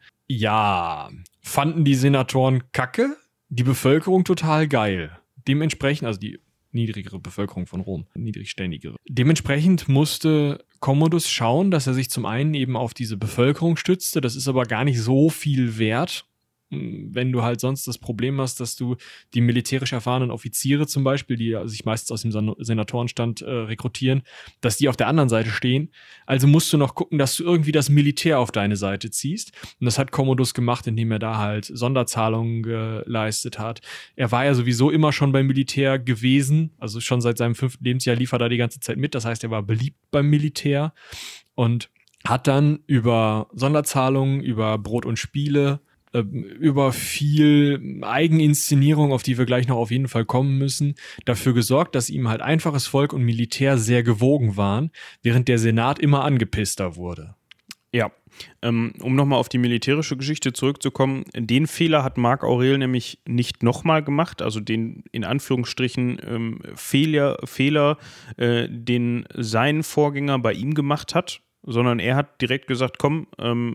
Ja, fanden die Senatoren kacke, die Bevölkerung total geil. Dementsprechend, also die niedrigere Bevölkerung von Rom, niedrigständigere. Dementsprechend musste Commodus schauen, dass er sich zum einen eben auf diese Bevölkerung stützte. Das ist aber gar nicht so viel wert, wenn du halt sonst das Problem hast, dass du die militärisch erfahrenen Offiziere zum Beispiel, die sich meistens aus dem Senatorenstand äh, rekrutieren, dass die auf der anderen Seite stehen. Also musst du noch gucken, dass du irgendwie das Militär auf deine Seite ziehst. Und das hat Commodus gemacht, indem er da halt Sonderzahlungen geleistet hat. Er war ja sowieso immer schon beim Militär gewesen, also schon seit seinem fünften Lebensjahr lief er da die ganze Zeit mit. Das heißt, er war beliebt beim Militär und hat dann über Sonderzahlungen, über Brot und Spiele, über viel Eigeninszenierung, auf die wir gleich noch auf jeden Fall kommen müssen, dafür gesorgt, dass ihm halt einfaches Volk und Militär sehr gewogen waren, während der Senat immer angepisster wurde. Ja, ähm, um nochmal auf die militärische Geschichte zurückzukommen, den Fehler hat Marc Aurel nämlich nicht nochmal gemacht, also den in Anführungsstrichen ähm, Fehler, Fehler äh, den sein Vorgänger bei ihm gemacht hat, sondern er hat direkt gesagt, komm, ähm,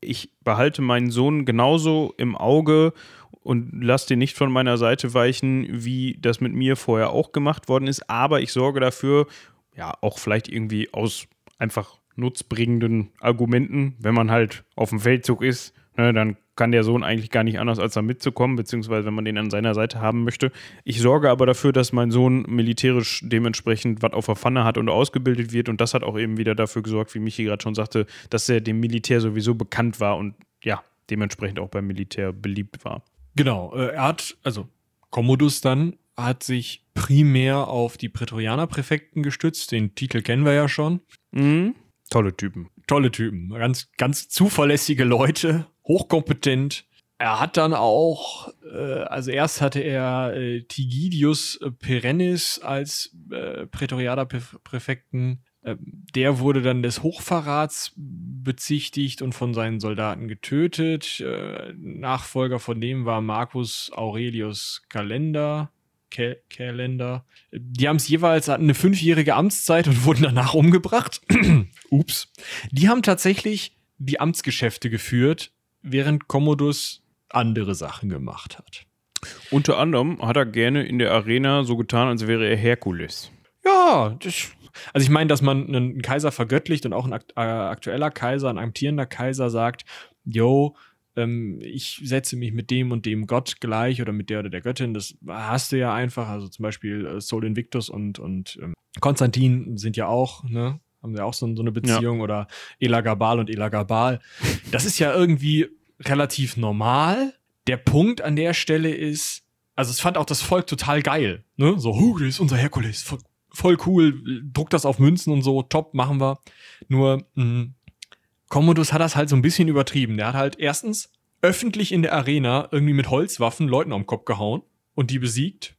ich behalte meinen Sohn genauso im Auge und lasse den nicht von meiner Seite weichen, wie das mit mir vorher auch gemacht worden ist. Aber ich sorge dafür, ja, auch vielleicht irgendwie aus einfach nutzbringenden Argumenten, wenn man halt auf dem Feldzug ist, ne, dann kann der Sohn eigentlich gar nicht anders, als da mitzukommen, beziehungsweise wenn man den an seiner Seite haben möchte. Ich sorge aber dafür, dass mein Sohn militärisch dementsprechend was auf der Pfanne hat und ausgebildet wird, und das hat auch eben wieder dafür gesorgt, wie Michi gerade schon sagte, dass er dem Militär sowieso bekannt war und ja, dementsprechend auch beim Militär beliebt war. Genau, äh, er hat, also Commodus dann, hat sich primär auf die Prätorianerpräfekten gestützt, den Titel kennen wir ja schon. Mhm. Tolle Typen. Tolle Typen, ganz, ganz zuverlässige Leute, hochkompetent. Er hat dann auch, äh, also erst hatte er äh, Tigidius Perennis als äh, Prätorianerpräfekten. Äh, der wurde dann des Hochverrats bezichtigt und von seinen Soldaten getötet. Äh, Nachfolger von dem war Marcus Aurelius Kalender. Kalender. Die haben es jeweils, hatten eine fünfjährige Amtszeit und wurden danach umgebracht. Ups. Die haben tatsächlich die Amtsgeschäfte geführt, während Commodus andere Sachen gemacht hat. Unter anderem hat er gerne in der Arena so getan, als wäre er Herkules. Ja, das, also ich meine, dass man einen Kaiser vergöttlicht und auch ein akt- äh, aktueller Kaiser, ein amtierender Kaiser sagt, yo, ähm, ich setze mich mit dem und dem Gott gleich oder mit der oder der Göttin, das hast du ja einfach, also zum Beispiel äh, Sol Invictus und, und ähm, Konstantin sind ja auch, ne, haben ja auch so, so eine Beziehung, ja. Oder Elagabal und Elagabal. Das ist ja irgendwie relativ normal. Der Punkt an der Stelle ist, also es fand auch das Volk total geil, ne, so, huh, das ist unser Herkules, voll, voll cool, druck das auf Münzen und so, top, machen wir. Nur, mh, Commodus hat das halt so ein bisschen übertrieben. Der hat halt erstens öffentlich in der Arena irgendwie mit Holzwaffen Leuten am Kopf gehauen und die besiegt.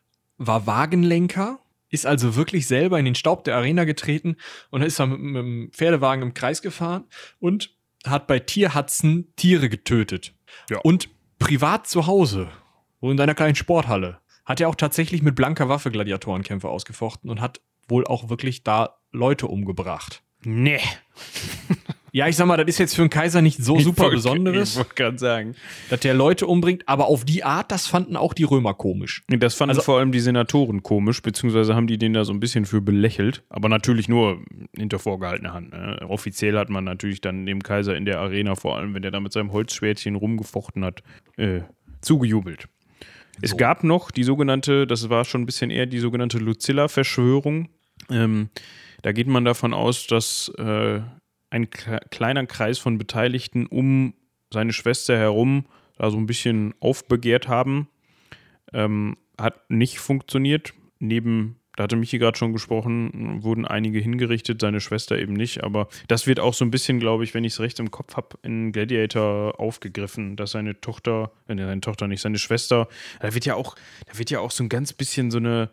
War Wagenlenker, ist also wirklich selber in den Staub der Arena getreten und ist dann mit, mit dem Pferdewagen im Kreis gefahren und hat bei Tierhatzen Tiere getötet. Ja. Und privat zu Hause, wo in seiner kleinen Sporthalle, hat er auch tatsächlich mit blanker Waffe Gladiatorenkämpfe ausgefochten und hat wohl auch wirklich da Leute umgebracht. Nee. Ja, ich sag mal, das ist jetzt für einen Kaiser nicht so super wollt, Besonderes. Ich wollte gerade sagen. Dass der Leute umbringt, aber auf die Art, das fanden auch die Römer komisch. Das fanden also, vor allem die Senatoren komisch, beziehungsweise haben die den da so ein bisschen für belächelt, aber natürlich nur hinter vorgehaltener Hand. Ne? Offiziell hat man natürlich dann dem Kaiser in der Arena, vor allem wenn der da mit seinem Holzschwertchen rumgefochten hat, äh, zugejubelt. Es so. gab noch die sogenannte, das war schon ein bisschen eher die sogenannte Lucilla-Verschwörung. Ähm, da geht man davon aus, dass äh, ein k- kleiner Kreis von Beteiligten um seine Schwester herum da so ein bisschen aufbegehrt haben. Ähm, hat nicht funktioniert. Neben, da hatte Michi gerade schon gesprochen, wurden einige hingerichtet, seine Schwester eben nicht. Aber das wird auch so ein bisschen, glaube ich, wenn ich es recht im Kopf habe, in Gladiator aufgegriffen, dass seine Tochter, äh, seine Tochter nicht, seine Schwester, da wird ja auch, da wird ja auch so ein ganz bisschen so eine,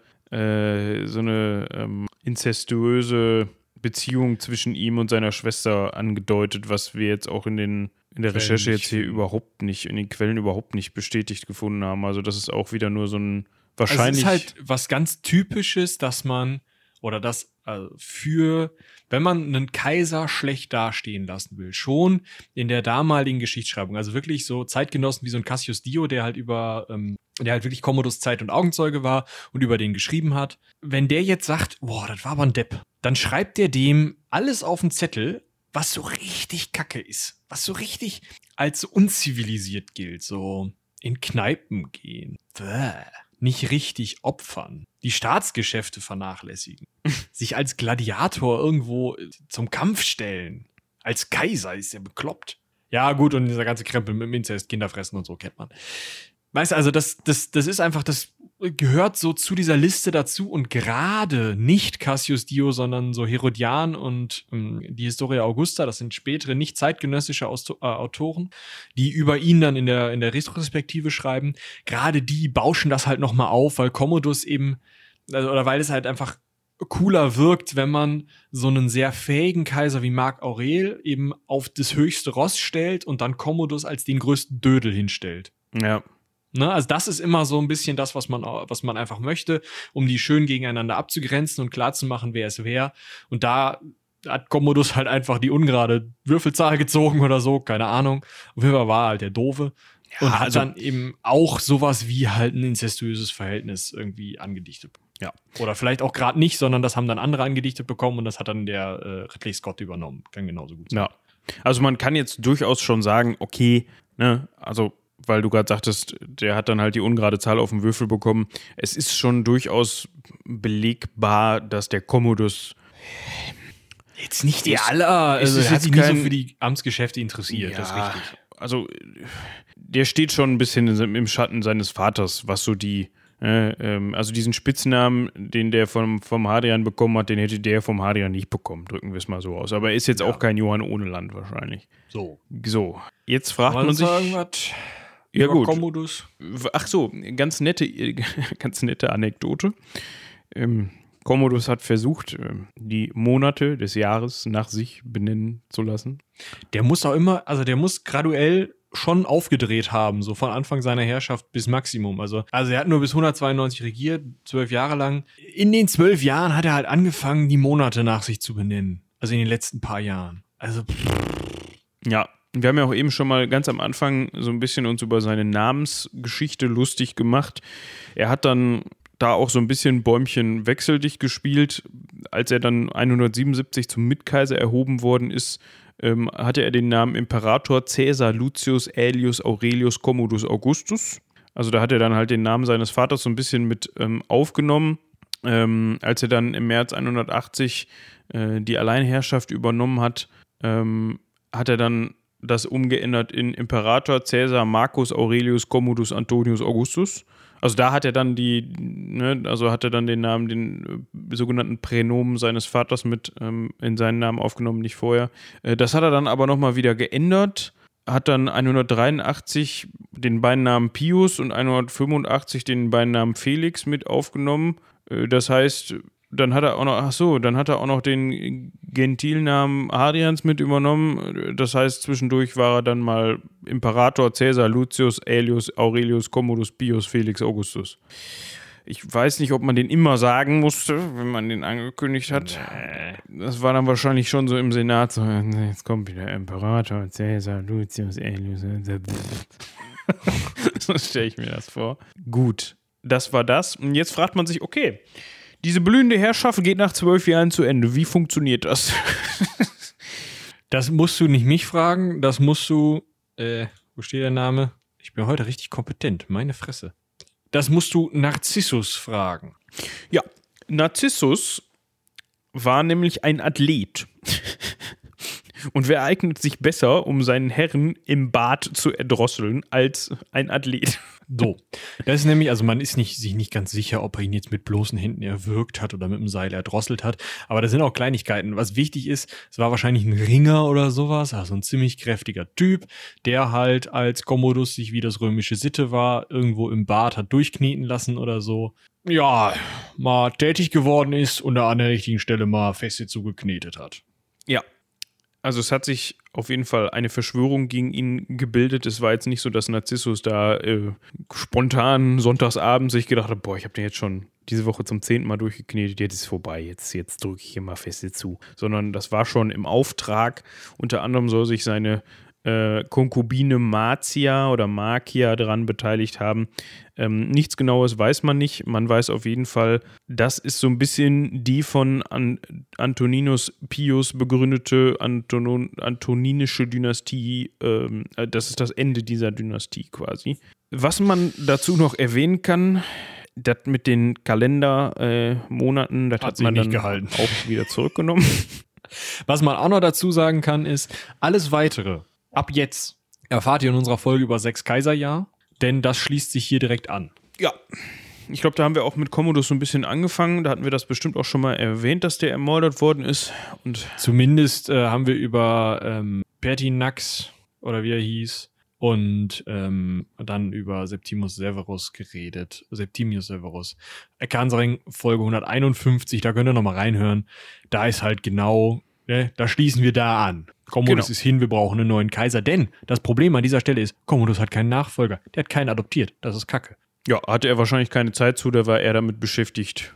äh, so eine ähm, inzestuöse Beziehung zwischen ihm und seiner Schwester angedeutet, was wir jetzt auch in den in der Quellen Recherche jetzt hier finden. überhaupt nicht, in den Quellen überhaupt nicht bestätigt gefunden haben. Also das ist auch wieder nur so ein wahrscheinlich... Also es ist halt was ganz Typisches, dass man, oder das also für, wenn man einen Kaiser schlecht dastehen lassen will, schon in der damaligen Geschichtsschreibung, also wirklich so Zeitgenossen wie so ein Cassius Dio, der halt über, ähm, der halt wirklich Commodus Zeit- und Augenzeuge war und über den geschrieben hat, wenn der jetzt sagt, boah, das war aber ein Depp, dann schreibt der dem alles auf den Zettel, was so richtig kacke ist, was so richtig als so unzivilisiert gilt, so in Kneipen gehen, bäh, nicht richtig opfern, die Staatsgeschäfte vernachlässigen, sich als Gladiator irgendwo zum Kampf stellen, als Kaiser ist ja bekloppt. Ja gut, und dieser ganze Krempel mit dem Inzest, Kinderfressen und so kennt man. Weißt du, also das, das, das ist einfach, das gehört so zu dieser Liste dazu und gerade nicht Cassius Dio, sondern so Herodian und ähm, die Historia Augusta, das sind spätere, nicht zeitgenössische Austo- äh, Autoren, die über ihn dann in der, in der Retrospektive schreiben. Gerade die bauschen das halt nochmal auf, weil Commodus eben, also, oder weil es halt einfach cooler wirkt, wenn man so einen sehr fähigen Kaiser wie Marc Aurel eben auf das höchste Ross stellt und dann Commodus als den größten Dödel hinstellt. Ja. Ne, also das ist immer so ein bisschen das, was man, was man einfach möchte, um die schön gegeneinander abzugrenzen und klarzumachen, wer es wer. Und da hat Commodus halt einfach die ungerade Würfelzahl gezogen oder so, keine Ahnung. Auf jeden Fall war er halt der Doofe. Ja, und hat also dann eben auch sowas wie halt ein incestuöses Verhältnis irgendwie angedichtet. Ja. Oder vielleicht auch gerade nicht, sondern das haben dann andere angedichtet bekommen und das hat dann der äh, Ridley Scott übernommen. Kann genauso gut sein. Ja. Also man kann jetzt durchaus schon sagen, okay, ne, also weil du gerade sagtest, der hat dann halt die ungerade Zahl auf dem Würfel bekommen. Es ist schon durchaus belegbar, dass der Commodus jetzt nicht der aller, also er hat sich nicht so für die Amtsgeschäfte interessiert, ja, das ist richtig. Also der steht schon ein bisschen im Schatten seines Vaters, was so die, äh, ähm, also diesen Spitznamen, den der vom, vom Hadrian bekommen hat, den hätte der vom Hadrian nicht bekommen, drücken wir es mal so aus. Aber er ist jetzt ja auch kein Johann ohne Land wahrscheinlich. So. So, jetzt fragt Mal man sich... Sagen, was ja gut. Commodus. Ach so, ganz nette, ganz nette Anekdote. Ähm, Commodus hat versucht, die Monate des Jahres nach sich benennen zu lassen. Der muss auch immer, also der muss graduell schon aufgedreht haben, so von Anfang seiner Herrschaft bis Maximum. Also, also er hat nur bis hundertzweiundneunzig regiert, zwölf Jahre lang. In den zwölf Jahren hat er halt angefangen, die Monate nach sich zu benennen. Also in den letzten paar Jahren. Also ja, wir haben ja auch eben schon mal ganz am Anfang so ein bisschen uns über seine Namensgeschichte lustig gemacht. Er hat dann da auch so ein bisschen Bäumchen wechseldicht gespielt. Als er dann hundertsiebenundsiebzig zum Mitkaiser erhoben worden ist, ähm, hatte er den Namen Imperator Caesar Lucius Aelius Aurelius Commodus Augustus. Also da hat er dann halt den Namen seines Vaters so ein bisschen mit ähm, aufgenommen. Ähm, als er dann im März hundertachtzig äh, die Alleinherrschaft übernommen hat, ähm, hat er dann das umgeändert in Imperator Caesar Marcus Aurelius Commodus Antonius Augustus. Also da hat er dann die, ne, also hat er dann den Namen, den äh, sogenannten Pränomen seines Vaters mit ähm, in seinen Namen aufgenommen, nicht vorher. Äh, das hat er dann aber nochmal wieder geändert, hat dann hundertdreiundachtzig den Beinamen Pius und hundertfünfundachtzig den Beinamen Felix mit aufgenommen. Äh, das heißt, dann hat er auch noch, ach so, dann hat er auch noch den Gentilnamen Hadrians mit übernommen. Das heißt, zwischendurch war er dann mal Imperator Caesar Lucius Aelius Aurelius Commodus Pius Felix Augustus. Ich weiß nicht, ob man den immer sagen musste, wenn man den angekündigt hat. Das war dann wahrscheinlich schon so im Senat so, jetzt kommt wieder Imperator Caesar Lucius Aelius. So stelle ich mir das vor. Gut, das war das. Und jetzt fragt man sich, okay, diese blühende Herrschaft geht nach zwölf Jahren zu Ende. Wie funktioniert das? Das musst du nicht mich fragen, das musst du, äh, wo steht der Name? Ich bin heute richtig kompetent, meine Fresse. Das musst du Narzissus fragen. Ja, Narzissus war nämlich ein Athlet. Und wer eignet sich besser, um seinen Herren im Bad zu erdrosseln, als ein Athlet? So, das ist nämlich, also man ist nicht, sich nicht ganz sicher, ob er ihn jetzt mit bloßen Händen erwürgt hat oder mit dem Seil erdrosselt hat, aber das sind auch Kleinigkeiten. Was wichtig ist, es war wahrscheinlich ein Ringer oder sowas, also ein ziemlich kräftiger Typ, der halt als Commodus sich, wie das römische Sitte war, irgendwo im Bad hat durchkneten lassen oder so. Ja, mal tätig geworden ist und an der richtigen Stelle mal feste zugeknetet hat. Ja. Also es hat sich auf jeden Fall eine Verschwörung gegen ihn gebildet. Es war jetzt nicht so, dass Narzissus da äh, spontan sonntagsabends sich gedacht hat, boah, ich habe den jetzt schon diese Woche zum zehnten Mal durchgeknetet, jetzt ist es vorbei, jetzt, jetzt drücke ich hier mal feste zu. Sondern das war schon im Auftrag. Unter anderem soll sich seine äh, Konkubine Marcia oder Marcia daran beteiligt haben. Ähm, nichts Genaues weiß man nicht. Man weiß auf jeden Fall, das ist so ein bisschen die von An- Antoninus Pius begründete Antonon- antoninische Dynastie. Ähm, das ist das Ende dieser Dynastie quasi. Was man dazu noch erwähnen kann, das mit den Kalendermonaten, äh, das hat, hat man nicht dann gehalten. auch wieder zurückgenommen. Was man auch noch dazu sagen kann, ist, alles Weitere ab jetzt erfahrt ihr in unserer Folge über sechs Kaiserjahr, denn das schließt sich hier direkt an. Ja, ich glaube, da haben wir auch mit Commodus so ein bisschen angefangen. Da hatten wir das bestimmt auch schon mal erwähnt, dass der ermordet worden ist. Und zumindest äh, haben wir über ähm, Pertinax oder wie er hieß und ähm, dann über Septimus Severus geredet. Septimius Severus. Eckhansring, Folge hunderteinundfünfzig, da könnt ihr nochmal reinhören. Da ist halt genau, ne, da schließen wir da an. Commodus genau. ist hin, wir brauchen einen neuen Kaiser, denn das Problem an dieser Stelle ist, Commodus hat keinen Nachfolger, der hat keinen adoptiert, das ist Kacke. Ja, hatte er wahrscheinlich keine Zeit zu, da war er damit beschäftigt,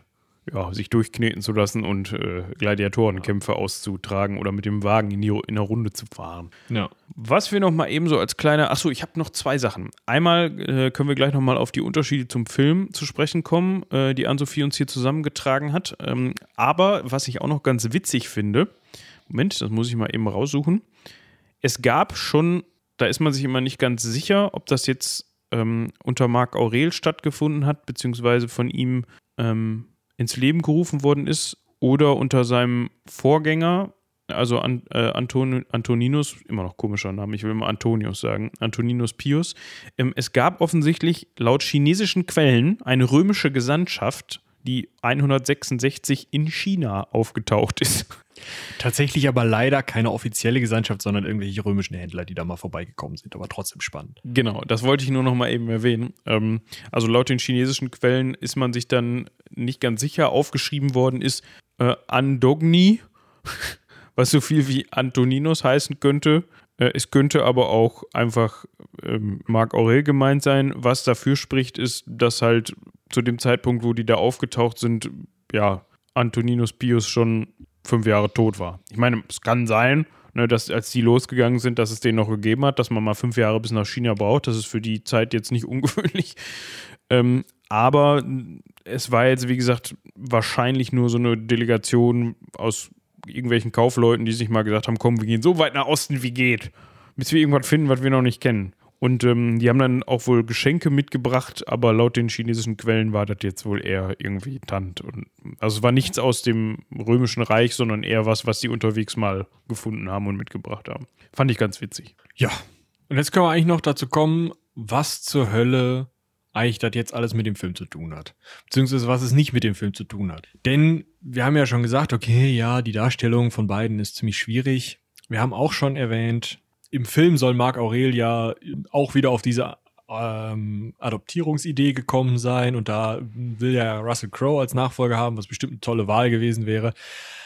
ja, sich durchkneten zu lassen und äh, Gladiatorenkämpfe auszutragen oder mit dem Wagen in, die, in der Runde zu fahren. Ja. Was wir noch mal eben so als kleine, achso, ich habe noch zwei Sachen. Einmal äh, können wir gleich noch mal auf die Unterschiede zum Film zu sprechen kommen, äh, die Ann-Sophie uns hier zusammengetragen hat. Ähm, aber was ich auch noch ganz witzig finde, Moment, das muss ich mal eben raussuchen. Es gab schon, da ist man sich immer nicht ganz sicher, ob das jetzt ähm, unter Marc Aurel stattgefunden hat, beziehungsweise von ihm ähm, ins Leben gerufen worden ist oder unter seinem Vorgänger, also An, äh, Anton, Antoninus, immer noch komischer Name, ich will immer Antonius sagen, Antoninus Pius. Ähm, es gab offensichtlich laut chinesischen Quellen eine römische Gesandtschaft, die hundertsechsundsechzig in China aufgetaucht ist. Tatsächlich aber leider keine offizielle Gesandtschaft, sondern irgendwelche römischen Händler, die da mal vorbeigekommen sind, aber trotzdem spannend. Genau, das wollte ich nur noch mal eben erwähnen. Ähm, also laut den chinesischen Quellen ist man sich dann nicht ganz sicher, aufgeschrieben worden ist äh, Andogni, was so viel wie Antoninus heißen könnte. Äh, es könnte aber auch einfach ähm, Marc Aurel gemeint sein. Was dafür spricht, ist, dass halt zu dem Zeitpunkt, wo die da aufgetaucht sind, ja, Antoninus Pius schon fünf Jahre tot war. Ich meine, es kann sein, ne, dass als die losgegangen sind, dass es den noch gegeben hat, dass man mal fünf Jahre bis nach China braucht. Das ist für die Zeit jetzt nicht ungewöhnlich. Ähm, aber es war jetzt, wie gesagt, wahrscheinlich nur so eine Delegation aus irgendwelchen Kaufleuten, die sich mal gesagt haben, komm, wir gehen so weit nach Osten wie geht, bis wir irgendwas finden, was wir noch nicht kennen. Und ähm, die haben dann auch wohl Geschenke mitgebracht, aber laut den chinesischen Quellen war das jetzt wohl eher irgendwie Tant. Und, also es war nichts aus dem Römischen Reich, sondern eher was, was die unterwegs mal gefunden haben und mitgebracht haben. Fand ich ganz witzig. Ja, und jetzt können wir eigentlich noch dazu kommen, was zur Hölle eigentlich das jetzt alles mit dem Film zu tun hat. Beziehungsweise was es nicht mit dem Film zu tun hat. Denn wir haben ja schon gesagt, okay, ja, die Darstellung von beiden ist ziemlich schwierig. Wir haben auch schon erwähnt, im Film soll Marc Aurel ja auch wieder auf diese ähm, Adoptierungsidee gekommen sein und da will ja Russell Crowe als Nachfolger haben, was bestimmt eine tolle Wahl gewesen wäre.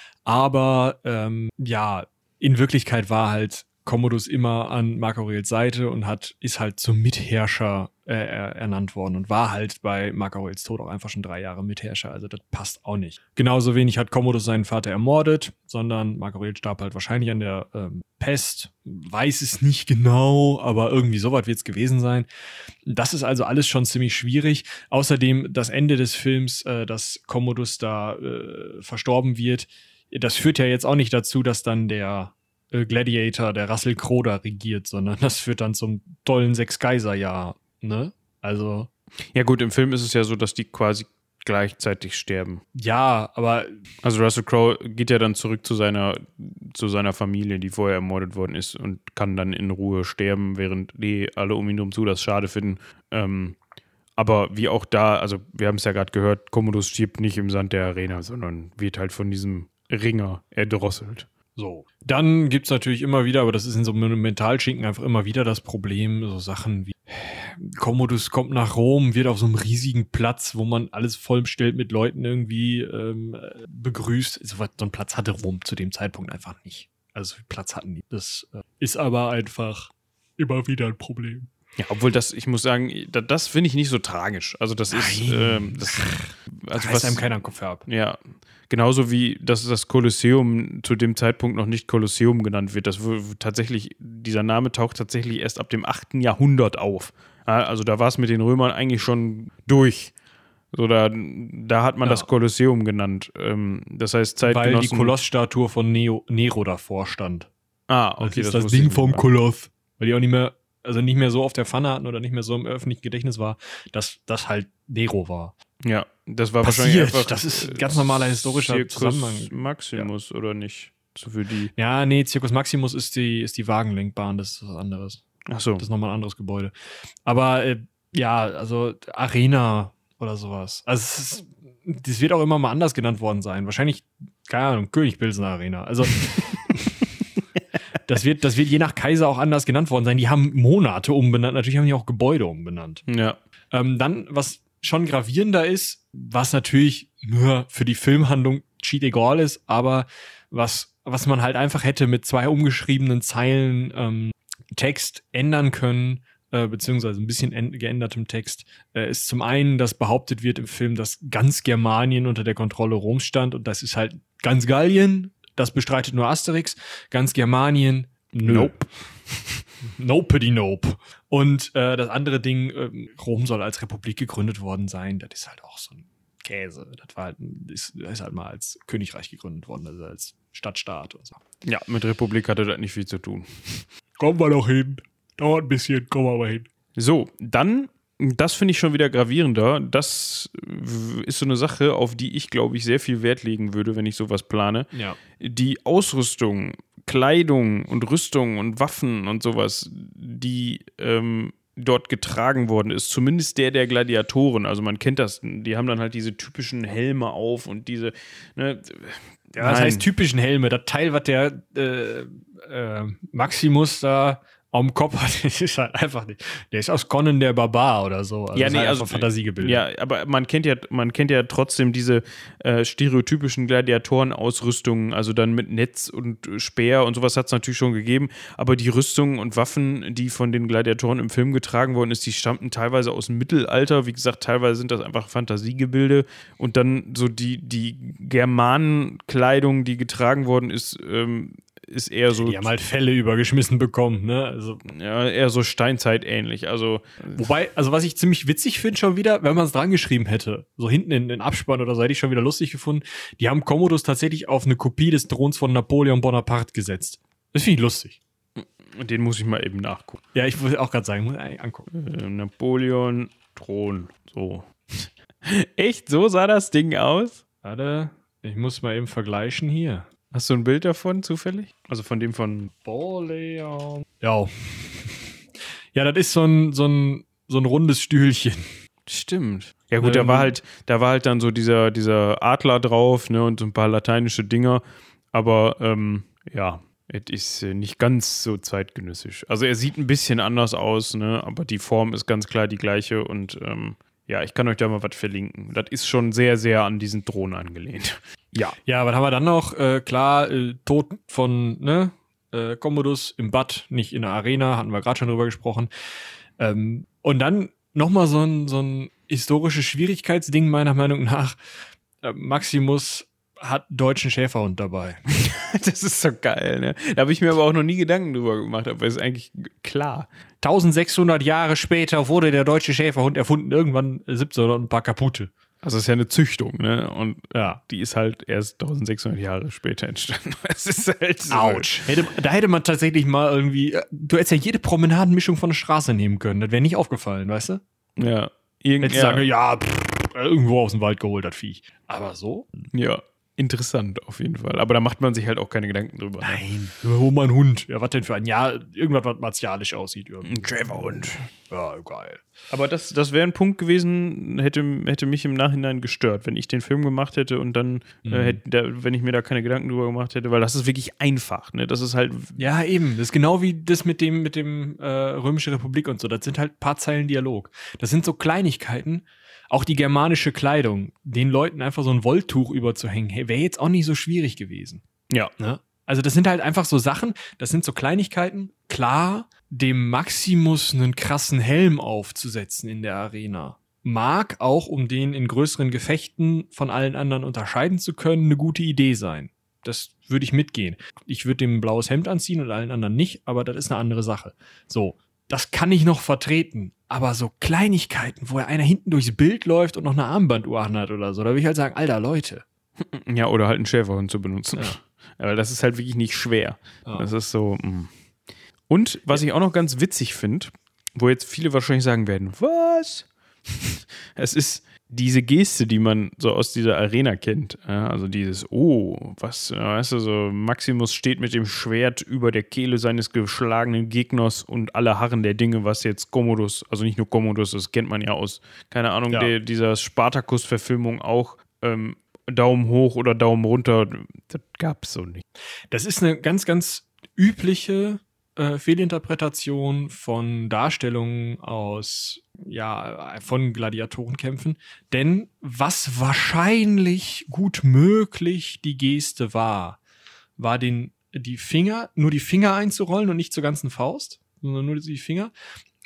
Aber ähm, ja, in Wirklichkeit war halt Commodus immer an Marc Aurels Seite und hat, ist halt zum Mitherrscher äh, ernannt worden und war halt bei Marc Aurels Tod auch einfach schon drei Jahre Mitherrscher. Also das passt auch nicht. Genauso wenig hat Commodus seinen Vater ermordet, sondern Marc Aurel starb halt wahrscheinlich an der ähm, Pest. Weiß es nicht genau, aber irgendwie sowas wird es gewesen sein. Das ist also alles schon ziemlich schwierig. Außerdem das Ende des Films, äh, dass Commodus da äh, verstorben wird, das führt ja jetzt auch nicht dazu, dass dann der Gladiator, der Russell Crowe da regiert, sondern das führt dann zum tollen Sechs-Kaiser-Jahr, ne? Also. Ja gut, im Film ist es ja so, dass die quasi gleichzeitig sterben. Ja, aber. Also Russell Crowe geht ja dann zurück zu seiner, zu seiner Familie, die vorher ermordet worden ist und kann dann in Ruhe sterben, während die alle um ihn herum zu das schade finden. Ähm, aber wie auch da, also wir haben es ja gerade gehört, Commodus stirbt nicht im Sand der Arena, sondern wird halt von diesem Ringer erdrosselt. So. Dann gibt's natürlich immer wieder, aber das ist in so Monumentalschinken einfach immer wieder das Problem, so Sachen wie Commodus kommt nach Rom, wird auf so einem riesigen Platz, wo man alles vollstellt mit Leuten irgendwie ähm, begrüßt. So einen Platz hatte Rom zu dem Zeitpunkt einfach nicht. Also Platz hatten die. Das äh, ist aber einfach immer wieder ein Problem. Ja, obwohl das, ich muss sagen, das, das finde ich nicht so tragisch. Also das Nein. ist, ähm, das, also reißt was einem keiner am Kopf ab. Ja, genauso wie dass das Kolosseum zu dem Zeitpunkt noch nicht Kolosseum genannt wird. Das w- tatsächlich, dieser Name taucht tatsächlich erst ab dem achten Jahrhundert auf. Ja, also da war es mit den Römern eigentlich schon durch. So, da, da hat man Ja. das Kolosseum genannt. Ähm, das heißt, Weil Zeitgenossen. die Kolossstatue von Neo, Nero davor stand. Ah, Das okay, ist das, das, wusste ich Ding nicht vom mehr. Koloss. Weil die auch nicht mehr, also nicht mehr so auf der Pfanne hatten oder nicht mehr so im öffentlichen Gedächtnis war, dass das halt Nero war. Ja, das war Passiert. wahrscheinlich einfach. Das ist ein ganz normaler historischer Circus Zusammenhang. Maximus, oder nicht? So für die. Ja, nee, Circus Maximus ist die, ist die Wagenlenkbahn, das ist was anderes. Ach so. Das ist nochmal ein anderes Gebäude. Aber äh, ja, also Arena oder sowas. Also es ist, das wird auch immer mal anders genannt worden sein. Wahrscheinlich, keine Ahnung, König Pilsener Arena. Also das wird, das wird je nach Kaiser auch anders genannt worden sein. Die haben Monate umbenannt, natürlich haben die auch Gebäude umbenannt. Ja. Ähm, dann, was schon gravierender ist, was natürlich nur für die Filmhandlung cheat egal ist, aber was, was man halt einfach hätte mit zwei umgeschriebenen Zeilen ähm, Text ändern können, äh, beziehungsweise ein bisschen en- geändertem Text, äh, ist zum einen, dass behauptet wird im Film, dass ganz Germanien unter der Kontrolle Roms stand und das ist halt ganz Gallien, das bestreitet nur Asterix, ganz Germanien, nö. Nope. Nope die Nope. Und äh, das andere Ding, äh, Rom soll als Republik gegründet worden sein, das ist halt auch so ein Käse. Das war halt, ist, ist halt mal als Königreich gegründet worden, also als Stadtstaat und so. Ja, mit Republik hatte das nicht viel zu tun. Kommen wir doch hin. Dauert ein bisschen, kommen wir aber hin. So, dann, das finde ich schon wieder gravierender. Das ist so eine Sache, auf die ich, glaube ich, sehr viel Wert legen würde, wenn ich sowas plane. Ja. Die Ausrüstung, Kleidung und Rüstung und Waffen und sowas, die ähm, dort getragen worden ist, zumindest der der Gladiatoren, also man kennt das, die haben dann halt diese typischen Helme auf und diese, ne, Ja, das Nein. heißt typischen Helme. Das Teil, was der äh, äh, Maximus da am Kopf hat, das ist halt einfach nicht. Der ist aus Conan der Barbar oder so. Also Ja, das ist nee, halt also einfach Fantasiegebilde. Ja, aber man kennt ja, man kennt ja trotzdem diese äh, stereotypischen Gladiatorenausrüstungen, also dann mit Netz und Speer und sowas hat es natürlich schon gegeben, aber die Rüstungen und Waffen, die von den Gladiatoren im Film getragen worden ist, die stammten teilweise aus dem Mittelalter, wie gesagt, teilweise sind das einfach Fantasiegebilde und dann so die, die Germanenkleidung, die getragen worden ist, ähm, ist eher so, Die haben halt Fälle übergeschmissen bekommen, ne? Also, ja, eher so steinzeitähnlich, also wobei, also was ich ziemlich witzig finde schon wieder, wenn man es dran geschrieben hätte, so hinten in den Abspann oder so, hätte ich schon wieder lustig gefunden, die haben Commodus tatsächlich auf eine Kopie des Throns von Napoleon Bonaparte gesetzt. Das finde ich lustig. den muss ich mal eben nachgucken. Ja, ich wollte auch gerade sagen, muss ich eigentlich angucken. Äh, Napoleon, Thron, so. Echt? So sah das Ding aus? Warte, ich muss mal eben vergleichen hier. Hast du ein Bild davon zufällig? Also von dem von... Napoleon. Ja. Ja, das ist so ein, so ein, so ein rundes Stühlchen. Stimmt. Ja gut, Ähm, da war halt, da war halt dann so dieser, dieser Adler drauf, ne, und so ein paar lateinische Dinger. Aber ähm, ja, es ist äh, nicht ganz so zeitgenössisch. Also er sieht ein bisschen anders aus, ne, aber die Form ist ganz klar die gleiche und ähm, ja, ich kann euch da mal was verlinken. Das ist schon sehr, sehr an diesen Thron angelehnt. Ja. Ja, was haben wir dann noch? Äh, klar, äh, Tod von, ne, äh, Commodus im Bad, nicht in der Arena, hatten wir gerade schon drüber gesprochen. Ähm, und dann nochmal so ein, so ein historisches Schwierigkeitsding meiner Meinung nach. Äh, Maximus hat deutschen Schäferhund dabei. Das ist so geil, ne? Da habe ich mir aber auch noch nie Gedanken drüber gemacht, aber ist eigentlich klar. eintausendsechshundert Jahre später wurde der deutsche Schäferhund erfunden, irgendwann siebzehnhundert und ein paar kaputte. Also es ist ja eine Züchtung, ne? Und Ja. die ist halt erst eintausendsechshundert Jahre später entstanden. Es ist halt so. Autsch. Hätte, da hätte man tatsächlich mal irgendwie, äh, du hättest ja jede Promenadenmischung von der Straße nehmen können. Das wäre nicht aufgefallen, weißt du? Ja. Irgend, Hättest ja, sagen, ja, pff, irgendwo aus dem Wald geholt, das Viech. Aber so? ja. Interessant auf jeden Fall. Aber da macht man sich halt auch keine Gedanken drüber. Ne? Nein. Hol mal einen Hund. Ja, was denn für ein? Ja, irgendwas, was martialisch aussieht. Irgendwie. Ein Schäferhund. Ja, geil. Aber das, das wäre ein Punkt gewesen, hätte, hätte mich im Nachhinein gestört, wenn ich den Film gemacht hätte und dann, Mhm. äh, hätte, da, wenn ich mir da keine Gedanken drüber gemacht hätte, weil das ist wirklich einfach. Ne? Das ist halt, Ja, eben. Das ist genau wie das mit dem, mit dem äh, Römische Republik und so. Das sind halt ein paar Zeilen Dialog. Das sind so Kleinigkeiten. Auch die germanische Kleidung, den Leuten einfach so ein Wolltuch überzuhängen, hey, wäre jetzt auch nicht so schwierig gewesen. ja. Ne? Also das sind halt einfach so Sachen, das sind so Kleinigkeiten. Klar, dem Maximus einen krassen Helm aufzusetzen in der Arena, mag auch, um den in größeren Gefechten von allen anderen unterscheiden zu können, eine gute Idee sein. Das würde ich mitgehen. Ich würde dem ein blaues Hemd anziehen und allen anderen nicht, aber das ist eine andere Sache. So, das kann ich noch vertreten. Aber so Kleinigkeiten, wo einer hinten durchs Bild läuft und noch eine Armbanduhr hat oder so, da würde ich halt sagen, Alter, Leute. Ja, oder halt einen Schäferhund zu benutzen. Ja. Aber das ist halt wirklich nicht schwer. Ja. Das ist so. Mh. Und was ich auch noch ganz witzig finde, wo jetzt viele wahrscheinlich sagen werden, was? Es ist diese Geste, die man so aus dieser Arena kennt. Ja, also dieses, oh, was, weißt du, so Maximus steht mit dem Schwert über der Kehle seines geschlagenen Gegners und alle harren der Dinge, was jetzt Commodus, also nicht nur Commodus, das kennt man ja aus, keine Ahnung, Ja. der, dieser Spartacus-Verfilmung auch, ähm, Daumen hoch oder Daumen runter, das gab's so nicht. Das ist eine ganz, ganz übliche äh, Fehlinterpretation von Darstellungen aus, ja, von Gladiatorenkämpfen. Denn was wahrscheinlich gut möglich die Geste war, war den, die Finger, nur die Finger einzurollen und nicht zur ganzen Faust, sondern nur die Finger.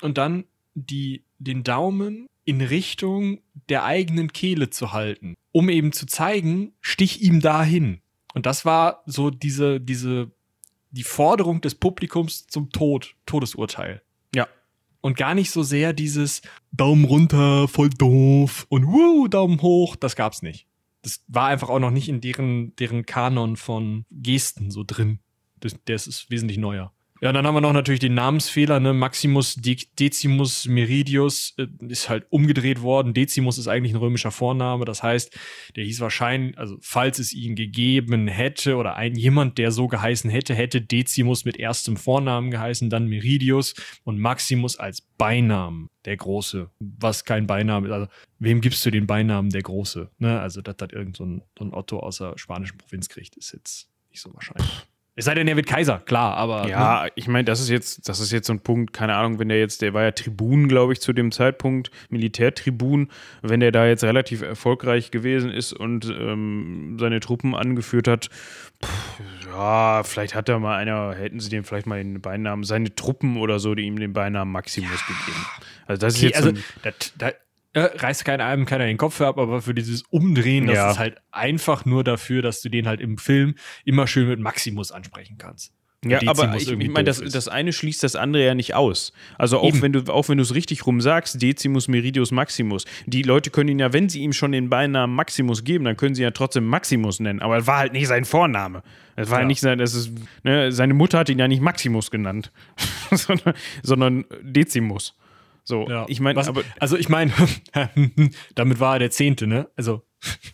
und dann die, den Daumen in Richtung der eigenen Kehle zu halten, um eben zu zeigen, stich ihm dahin. Und das war so diese, diese, die Forderung des Publikums zum Tod, Todesurteil. Ja. Und gar nicht so sehr dieses Daumen runter, voll doof und wuh, Daumen hoch, das gab's nicht. Das war einfach auch noch nicht in deren, deren Kanon von Gesten so drin. Das, das ist wesentlich neuer. Ja, dann haben wir noch natürlich den Namensfehler, ne? Maximus De- Decimus Meridius äh, ist halt umgedreht worden. Decimus ist eigentlich ein römischer Vorname. Das heißt, der hieß wahrscheinlich, also falls es ihn gegeben hätte oder ein jemand, der so geheißen hätte, hätte Decimus mit erstem Vornamen geheißen, dann Meridius und Maximus als Beinamen, der Große. Was kein Beiname ist. Also, wem gibst du den Beinamen der Große? Ne? Also, dass das irgend so ein, so ein Otto aus der spanischen Provinz kriegt, ist jetzt nicht so wahrscheinlich. Es sei denn, er wird Kaiser, klar, aber. Ja, ne? ich meine, das ist jetzt, das ist jetzt so ein Punkt, keine Ahnung, wenn der jetzt, der war ja Tribun, glaube ich, zu dem Zeitpunkt, Militärtribun, wenn der da jetzt relativ erfolgreich gewesen ist und ähm, seine Truppen angeführt hat, pff, ja, vielleicht hat da mal einer, hätten sie dem vielleicht mal den Beinamen, seine Truppen oder so, die ihm den Beinamen Maximus ja. gegeben. Also das okay, ist jetzt also, so ein, das, das, äh, reißt keiner einem keiner den Kopf ab, aber für dieses Umdrehen, das Ja. ist halt einfach nur dafür, dass du den halt im Film immer schön mit Maximus ansprechen kannst. Ja, Decimus aber ich, irgendwie ich meine, das, doof ist. das eine schließt das andere ja nicht aus. Also auch Eben. wenn du auch wenn du es richtig rum sagst, Decimus Meridius Maximus. Die Leute können ihn ja, wenn sie ihm schon den Beinamen Maximus geben, dann können sie ja trotzdem Maximus nennen. Aber es war halt nicht sein Vorname. Es war Ja. ja nicht sein, das ist, ne, seine Mutter hat ihn ja nicht Maximus genannt, sondern, sondern Decimus. So, Ja. ich meine, Was- aber Also ich meine, damit war er der Zehnte, ne? Also,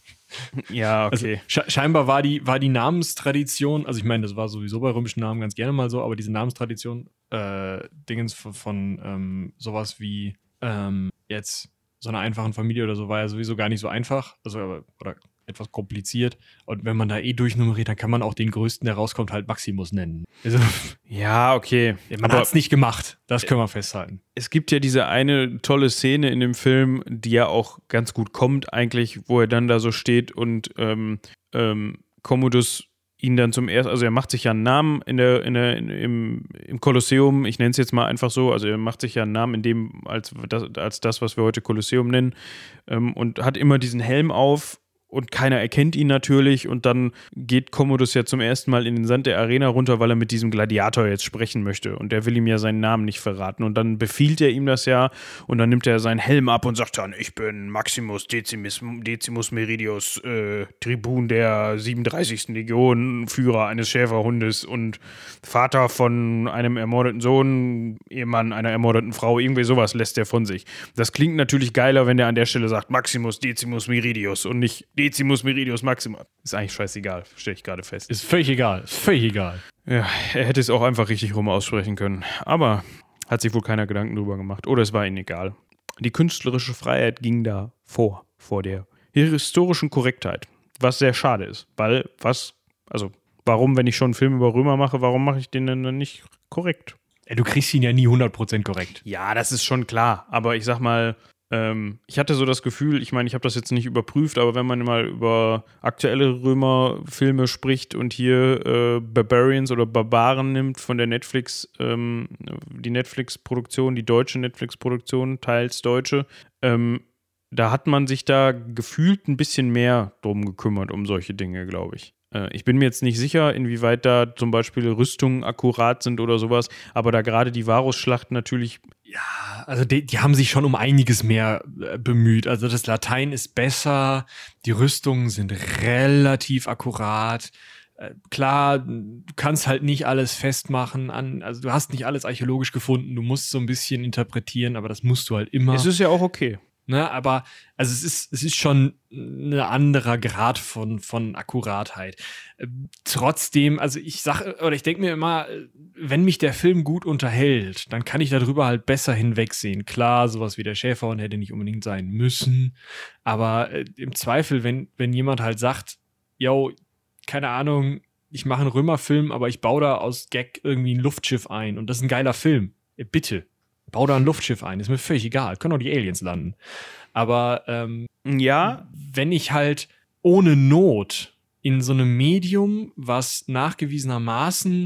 ja, also okay. sche- scheinbar war die, war die Namenstradition, also ich meine, das war sowieso bei römischen Namen ganz gerne mal so, aber diese Namenstradition, äh, Dingens von, von ähm, sowas wie ähm, jetzt so einer einfachen Familie oder so war ja sowieso gar nicht so einfach, also aber, oder etwas kompliziert. Und wenn man da eh durchnummeriert, dann kann man auch den größten, der rauskommt, halt Maximus nennen. Also, Ja, okay. man Aber- hat es nicht gemacht, das können wir festhalten. Es gibt ja diese eine tolle Szene in dem Film, die ja auch ganz gut kommt eigentlich, wo er dann da so steht und ähm, ähm, Commodus ihn dann zum ersten, also er macht sich ja einen Namen in der, in der, in, im, im Kolosseum, ich nenne es jetzt mal einfach so, also er macht sich ja einen Namen in dem, als das, als das was wir heute Kolosseum nennen, ähm, und hat immer diesen Helm auf. Und keiner erkennt ihn natürlich und dann geht Commodus ja zum ersten Mal in den Sand der Arena runter, weil er mit diesem Gladiator jetzt sprechen möchte und der will ihm ja seinen Namen nicht verraten und dann befiehlt er ihm das ja und dann nimmt er seinen Helm ab und sagt dann, ich bin Maximus Decimus, Decimus Meridius, äh, Tribun der siebenunddreißigsten Legion, Führer eines Schäferhundes und Vater von einem ermordeten Sohn, Ehemann einer ermordeten Frau, irgendwie sowas lässt er von sich. Das klingt natürlich geiler, wenn er an der Stelle sagt Maximus Decimus Meridius und nicht Decimus Meridius Maximus. Ist eigentlich scheißegal, stelle ich gerade fest. Ist völlig egal, ist völlig egal. Ja, er hätte es auch einfach richtig rum aussprechen können. Aber hat sich wohl keiner Gedanken drüber gemacht. Oder es war ihnen egal. Die künstlerische Freiheit ging da vor, vor der historischen Korrektheit. Was sehr schade ist. Weil, was, also, warum, wenn ich schon einen Film über Römer mache, warum mache ich den denn dann nicht korrekt? Ja, du kriegst ihn ja nie hundert Prozent korrekt. Ja, das ist schon klar. Aber ich sag mal, ähm, ich hatte so das Gefühl, ich meine, ich habe das jetzt nicht überprüft, aber wenn man mal über aktuelle Römerfilme spricht und hier äh, Barbarians oder Barbaren nimmt von der Netflix, ähm, die Netflix-Produktion, die deutsche Netflix-Produktion, teils deutsche, ähm, da hat man sich da gefühlt ein bisschen mehr drum gekümmert, um solche Dinge, glaube ich. Äh, ich bin mir jetzt nicht sicher, inwieweit da zum Beispiel Rüstungen akkurat sind oder sowas, aber da gerade die Varusschlacht natürlich. Ja, also die, die haben sich schon um einiges mehr äh, bemüht. Also das Latein ist besser, die Rüstungen sind relativ akkurat. Äh, klar, du kannst halt nicht alles festmachen an, also du hast nicht alles archäologisch gefunden, du musst so ein bisschen interpretieren, aber das musst du halt immer. Es ist ja auch okay. Ne, aber also es ist, es ist schon ein anderer Grad von, von Akkuratheit. Ähm, trotzdem, also ich sag, oder ich denke mir immer, wenn mich der Film gut unterhält, dann kann ich darüber halt besser hinwegsehen. Klar, sowas wie der Schäferhund hätte nicht unbedingt sein müssen, aber äh, im Zweifel, wenn, wenn jemand halt sagt, yo, keine Ahnung, ich mache einen Römerfilm, aber ich baue da aus Gag irgendwie ein Luftschiff ein und das ist ein geiler Film. Äh, bitte. Bau da ein Luftschiff ein, ist mir völlig egal. Können auch die Aliens landen. Aber ähm, Ja, wenn ich halt ohne Not in so einem Medium, was nachgewiesenermaßen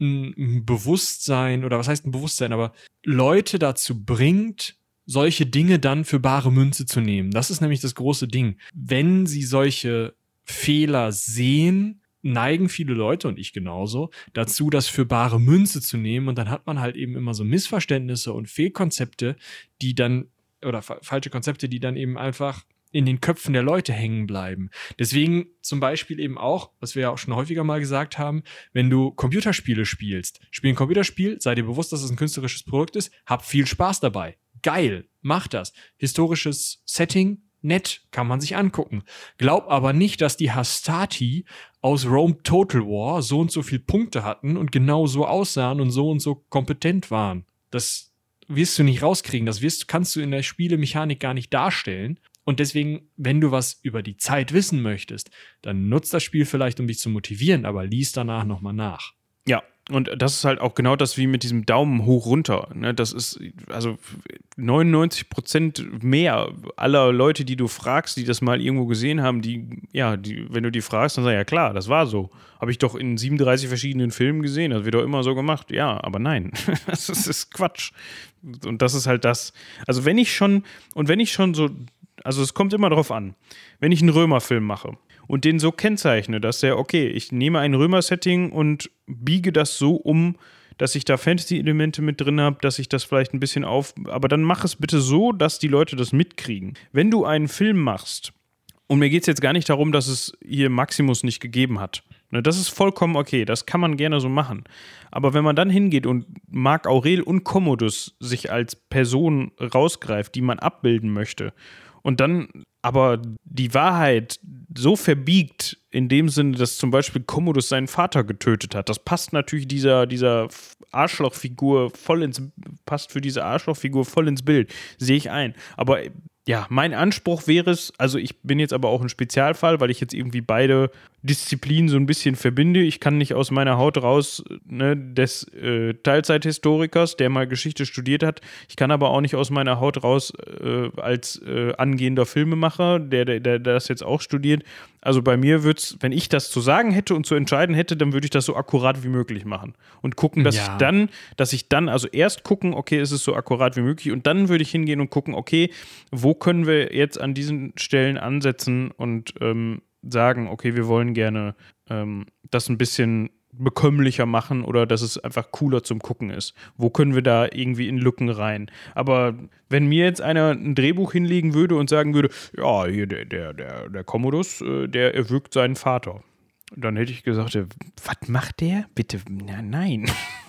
ein, ein Bewusstsein, oder was heißt ein Bewusstsein, aber Leute dazu bringt, solche Dinge dann für bare Münze zu nehmen. Das ist nämlich das große Ding. Wenn sie solche Fehler sehen, neigen viele Leute, und ich genauso, dazu, das für bare Münze zu nehmen, und dann hat man halt eben immer so Missverständnisse und Fehlkonzepte, die dann, oder fa- falsche Konzepte, die dann eben einfach in den Köpfen der Leute hängen bleiben. Deswegen zum Beispiel eben auch, was wir ja auch schon häufiger mal gesagt haben, wenn du Computerspiele spielst, spiel ein Computerspiel, sei dir bewusst, dass es ein künstlerisches Produkt ist, hab viel Spaß dabei. Geil, mach das. Historisches Setting, nett, kann man sich angucken. Glaub aber nicht, dass die Hastati aus Rome Total War so und so viel Punkte hatten und genau so aussahen und so und so kompetent waren. Das wirst du nicht rauskriegen. Das wirst, kannst du in der Spielemechanik gar nicht darstellen. Und deswegen, wenn du was über die Zeit wissen möchtest, dann nutzt das Spiel vielleicht, um dich zu motivieren, aber lies danach nochmal nach. Ja, und das ist halt auch genau das wie mit diesem Daumen hoch runter. Ne? Das ist also neunundneunzig Prozent mehr aller Leute, die du fragst, die das mal irgendwo gesehen haben, die, ja, die, wenn du die fragst, dann sagen, ja klar, das war so. Habe ich doch in siebenunddreißig verschiedenen Filmen gesehen, das wird doch immer so gemacht. Ja, aber nein, das ist, das ist Quatsch. Und das ist halt das. Also wenn ich schon, und wenn ich schon so, also es kommt immer drauf an, wenn ich einen Römerfilm mache und den so kennzeichne, dass der, okay, ich nehme ein Römer-Setting und biege das so um, dass ich da Fantasy-Elemente mit drin habe, dass ich das vielleicht ein bisschen auf... Aber dann mach es bitte so, dass die Leute das mitkriegen. Wenn du einen Film machst, und mir geht es jetzt gar nicht darum, dass es hier Maximus nicht gegeben hat. Ne, das ist vollkommen okay, das kann man gerne so machen. Aber wenn man dann hingeht und Marc Aurel und Commodus sich als Person rausgreift, die man abbilden möchte, und dann aber die Wahrheit so verbiegt, in dem Sinne, dass zum Beispiel Commodus seinen Vater getötet hat. Das passt natürlich dieser, dieser Arschlochfigur voll ins, passt für diese Arschlochfigur voll ins Bild. Sehe ich ein. Aber ja, mein Anspruch wäre es, also ich bin jetzt aber auch ein Spezialfall, weil ich jetzt irgendwie beide Disziplinen so ein bisschen verbinde. Ich kann nicht aus meiner Haut raus, ne, des äh, Teilzeithistorikers, der mal Geschichte studiert hat. Ich kann aber auch nicht aus meiner Haut raus äh, als äh, angehender Filmemacher, der, der, der das jetzt auch studiert. Also bei mir würde es, wenn ich das zu sagen hätte und zu entscheiden hätte, dann würde ich das so akkurat wie möglich machen. Und gucken, dass Ja. ich dann, dass ich dann, also erst gucken, okay, ist es so akkurat wie möglich, und dann würde ich hingehen und gucken, okay, wo können wir jetzt an diesen Stellen ansetzen und ähm, sagen, okay, wir wollen gerne ähm, das ein bisschen bekömmlicher machen oder dass es einfach cooler zum Gucken ist. Wo können wir da irgendwie in Lücken rein? Aber wenn mir jetzt einer ein Drehbuch hinlegen würde und sagen würde, ja, hier der, der, der, der Commodus, äh, der erwürgt seinen Vater, dann hätte ich gesagt, äh, was macht der? Bitte, na, nein.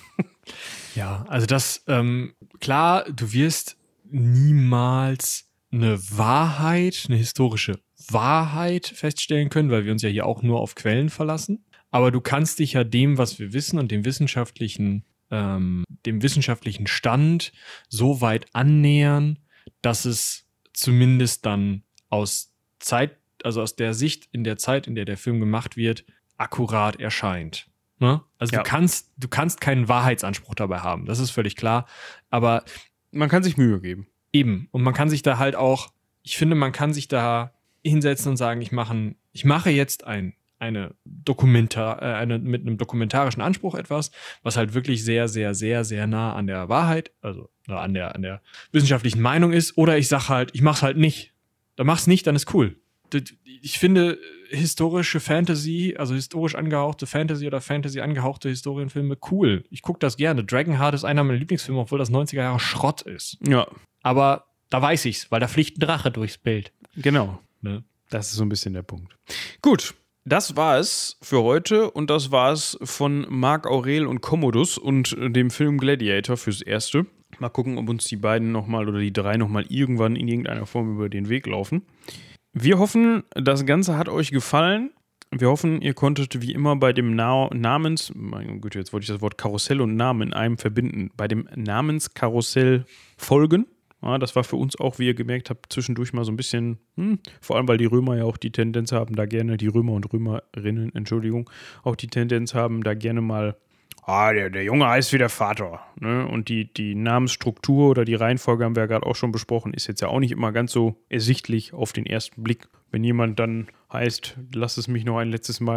Ja, also das, ähm, klar, du wirst niemals eine Wahrheit, eine historische Wahrheit feststellen können, weil wir uns ja hier auch nur auf Quellen verlassen. Aber du kannst dich ja dem, was wir wissen und dem wissenschaftlichen, ähm, dem wissenschaftlichen Stand so weit annähern, dass es zumindest dann aus Zeit, also aus der Sicht in der Zeit, in der der Film gemacht wird, akkurat erscheint. Ne? Also Ja. du kannst, du kannst keinen Wahrheitsanspruch dabei haben, das ist völlig klar. Aber Man kann sich Mühe geben. eben, und man kann sich da halt auch, ich finde, man kann sich da hinsetzen und sagen, ich mache, ein, ich mache jetzt ein, eine Dokumentar, äh, eine, mit einem dokumentarischen Anspruch etwas, was halt wirklich sehr, sehr, sehr, sehr nah an der Wahrheit, also na, an der, an der wissenschaftlichen Meinung ist, oder ich sage halt, ich mach's halt nicht. Dann mach's nicht, dann ist cool. Ich finde historische Fantasy, also historisch angehauchte Fantasy oder Fantasy angehauchte Historienfilme cool. Ich gucke das gerne. Dragonheart ist einer meiner Lieblingsfilme, obwohl das neunziger Jahre Schrott ist. Ja, Aber da weiß ich's, weil da fliegt ein Drache durchs Bild. genau. Ne? Das ist so ein bisschen der Punkt. Gut, das war es für heute und das war es von Marc Aurel und Commodus und dem Film Gladiator fürs Erste. Mal gucken, ob uns die beiden nochmal oder die drei nochmal irgendwann in irgendeiner Form über den Weg laufen. Wir hoffen, das Ganze hat euch gefallen. Wir hoffen, ihr konntet wie immer bei dem Na- Namens, mein Güte, jetzt wollte ich das Wort Karussell und Namen in einem verbinden, bei dem Namenskarussell folgen. Ja, das war für uns auch, wie ihr gemerkt habt, zwischendurch mal so ein bisschen, hm, vor allem, weil die Römer ja auch die Tendenz haben, da gerne, die Römer und Römerinnen, Entschuldigung, auch die Tendenz haben, da gerne mal, ah, der, der Junge heißt wie der Vater. Ne? Und die, die Namensstruktur oder die Reihenfolge haben wir ja gerade auch schon besprochen, ist jetzt ja auch nicht immer ganz so ersichtlich auf den ersten Blick. Wenn jemand dann heißt, lass es mich noch ein letztes Mal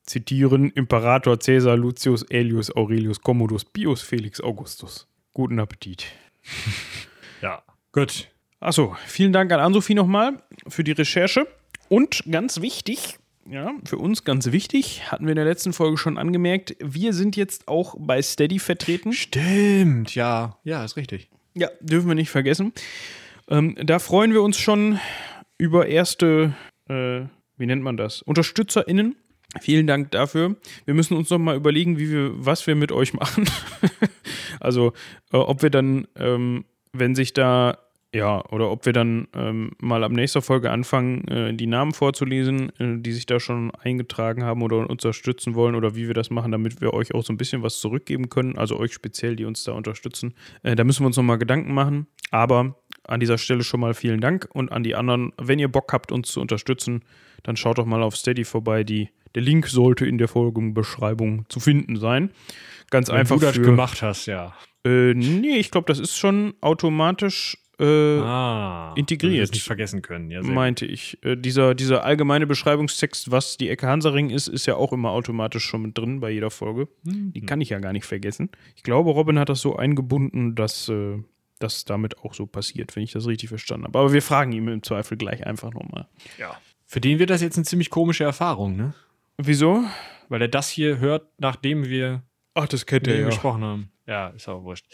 zitieren Imperator Caesar Lucius Aelius Aurelius Commodus Pius Felix Augustus. Guten Appetit. Ja, gut. Achso, vielen Dank an Ann-Sophie nochmal für die Recherche. Und ganz wichtig, ja, für uns ganz wichtig, hatten wir in der letzten Folge schon angemerkt, wir sind jetzt auch bei Steady vertreten. Stimmt, ja. Ja, ist richtig. Ja, dürfen wir nicht vergessen. Ähm, da freuen wir uns schon über erste, äh, wie nennt man das, UnterstützerInnen. Vielen Dank dafür. Wir müssen uns noch mal überlegen, wie wir, was wir mit euch machen. Also, äh, ob wir dann, ähm, wenn sich da, ja, oder ob wir dann ähm, mal ab nächster Folge anfangen, äh, die Namen vorzulesen, äh, die sich da schon eingetragen haben oder uns unterstützen wollen, oder wie wir das machen, damit wir euch auch so ein bisschen was zurückgeben können, also euch speziell, die uns da unterstützen. Äh, da müssen wir uns noch mal Gedanken machen, aber an dieser Stelle schon mal vielen Dank und an die anderen, wenn ihr Bock habt, uns zu unterstützen, dann schaut doch mal auf Steady vorbei, die Der Link sollte in der Folgenbeschreibung zu finden sein. Ganz Wenn einfach du das für, gemacht hast, ja. Äh, nee, ich glaube, das ist schon automatisch äh, ah, integriert. Das nicht vergessen können. Ja, sehr meinte ich. Äh, dieser, dieser allgemeine Beschreibungstext, was die Ecke Hansaring ist, ist ja auch immer automatisch schon mit drin bei jeder Folge. Mhm. Die kann ich ja gar nicht vergessen. Ich glaube, Robin hat das so eingebunden, dass äh, das damit auch so passiert, wenn ich das richtig verstanden habe. Aber wir fragen ihn im Zweifel gleich einfach nochmal. Ja. Für den wird das jetzt eine ziemlich komische Erfahrung, ne? Wieso? Weil er das hier hört, nachdem wir Ach, das kennt mit er ihm ja. gesprochen haben. Ja, ist aber wurscht.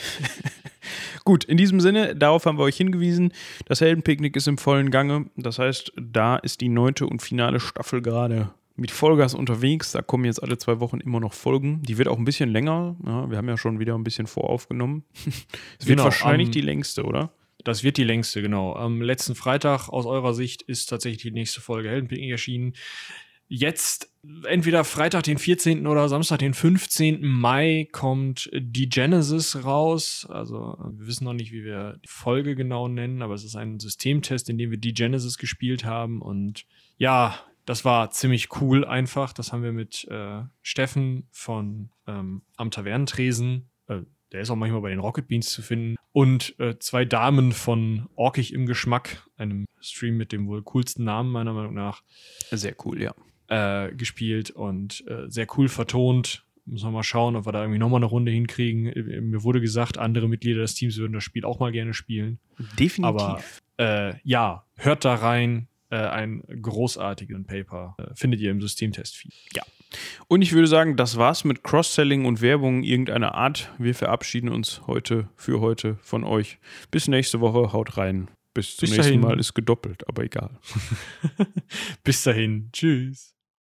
Gut, in diesem Sinne, darauf haben wir euch hingewiesen. Das Heldenpicknick ist im vollen Gange. Das heißt, da ist die neunte und finale Staffel gerade mit Vollgas unterwegs. Da kommen jetzt alle zwei Wochen immer noch Folgen. Die wird auch ein bisschen länger. Ja, wir haben ja schon wieder ein bisschen voraufgenommen. Es wird Genau, wahrscheinlich am- die längste, oder? Das wird die längste, genau. Am letzten Freitag aus eurer Sicht ist tatsächlich die nächste Folge Heldenpicknick erschienen. Jetzt entweder Freitag, den vierzehnten oder Samstag, den fünfzehnten Mai kommt die Genesis raus. Also wir wissen noch nicht, wie wir die Folge genau nennen, aber es ist ein Systemtest, in dem wir die Genesis gespielt haben. Und ja, das war ziemlich cool einfach. Das haben wir mit äh, Steffen von ähm, Am Tavernentresen, äh, der ist auch manchmal bei den Rocket Beans zu finden, und äh, zwei Damen von Orkig im Geschmack, einem Stream mit dem wohl coolsten Namen meiner Meinung nach, Sehr cool, ja. äh, gespielt und äh, sehr cool vertont. Müssen wir mal schauen, ob wir da irgendwie nochmal eine Runde hinkriegen. Äh, Mir wurde gesagt, andere Mitglieder des Teams würden das Spiel auch mal gerne spielen. Definitiv. Aber äh, ja, hört da rein. Äh, einen großartigen Paper äh, findet ihr im Systemtest-Feed. Ja. Und ich würde sagen, das war's mit Cross-Selling und Werbung irgendeiner Art. Wir verabschieden uns heute für heute von euch. Bis nächste Woche. Haut rein. Bis zum Bis nächsten dahin. Mal ist gedoppelt, aber egal. Bis dahin. Tschüss.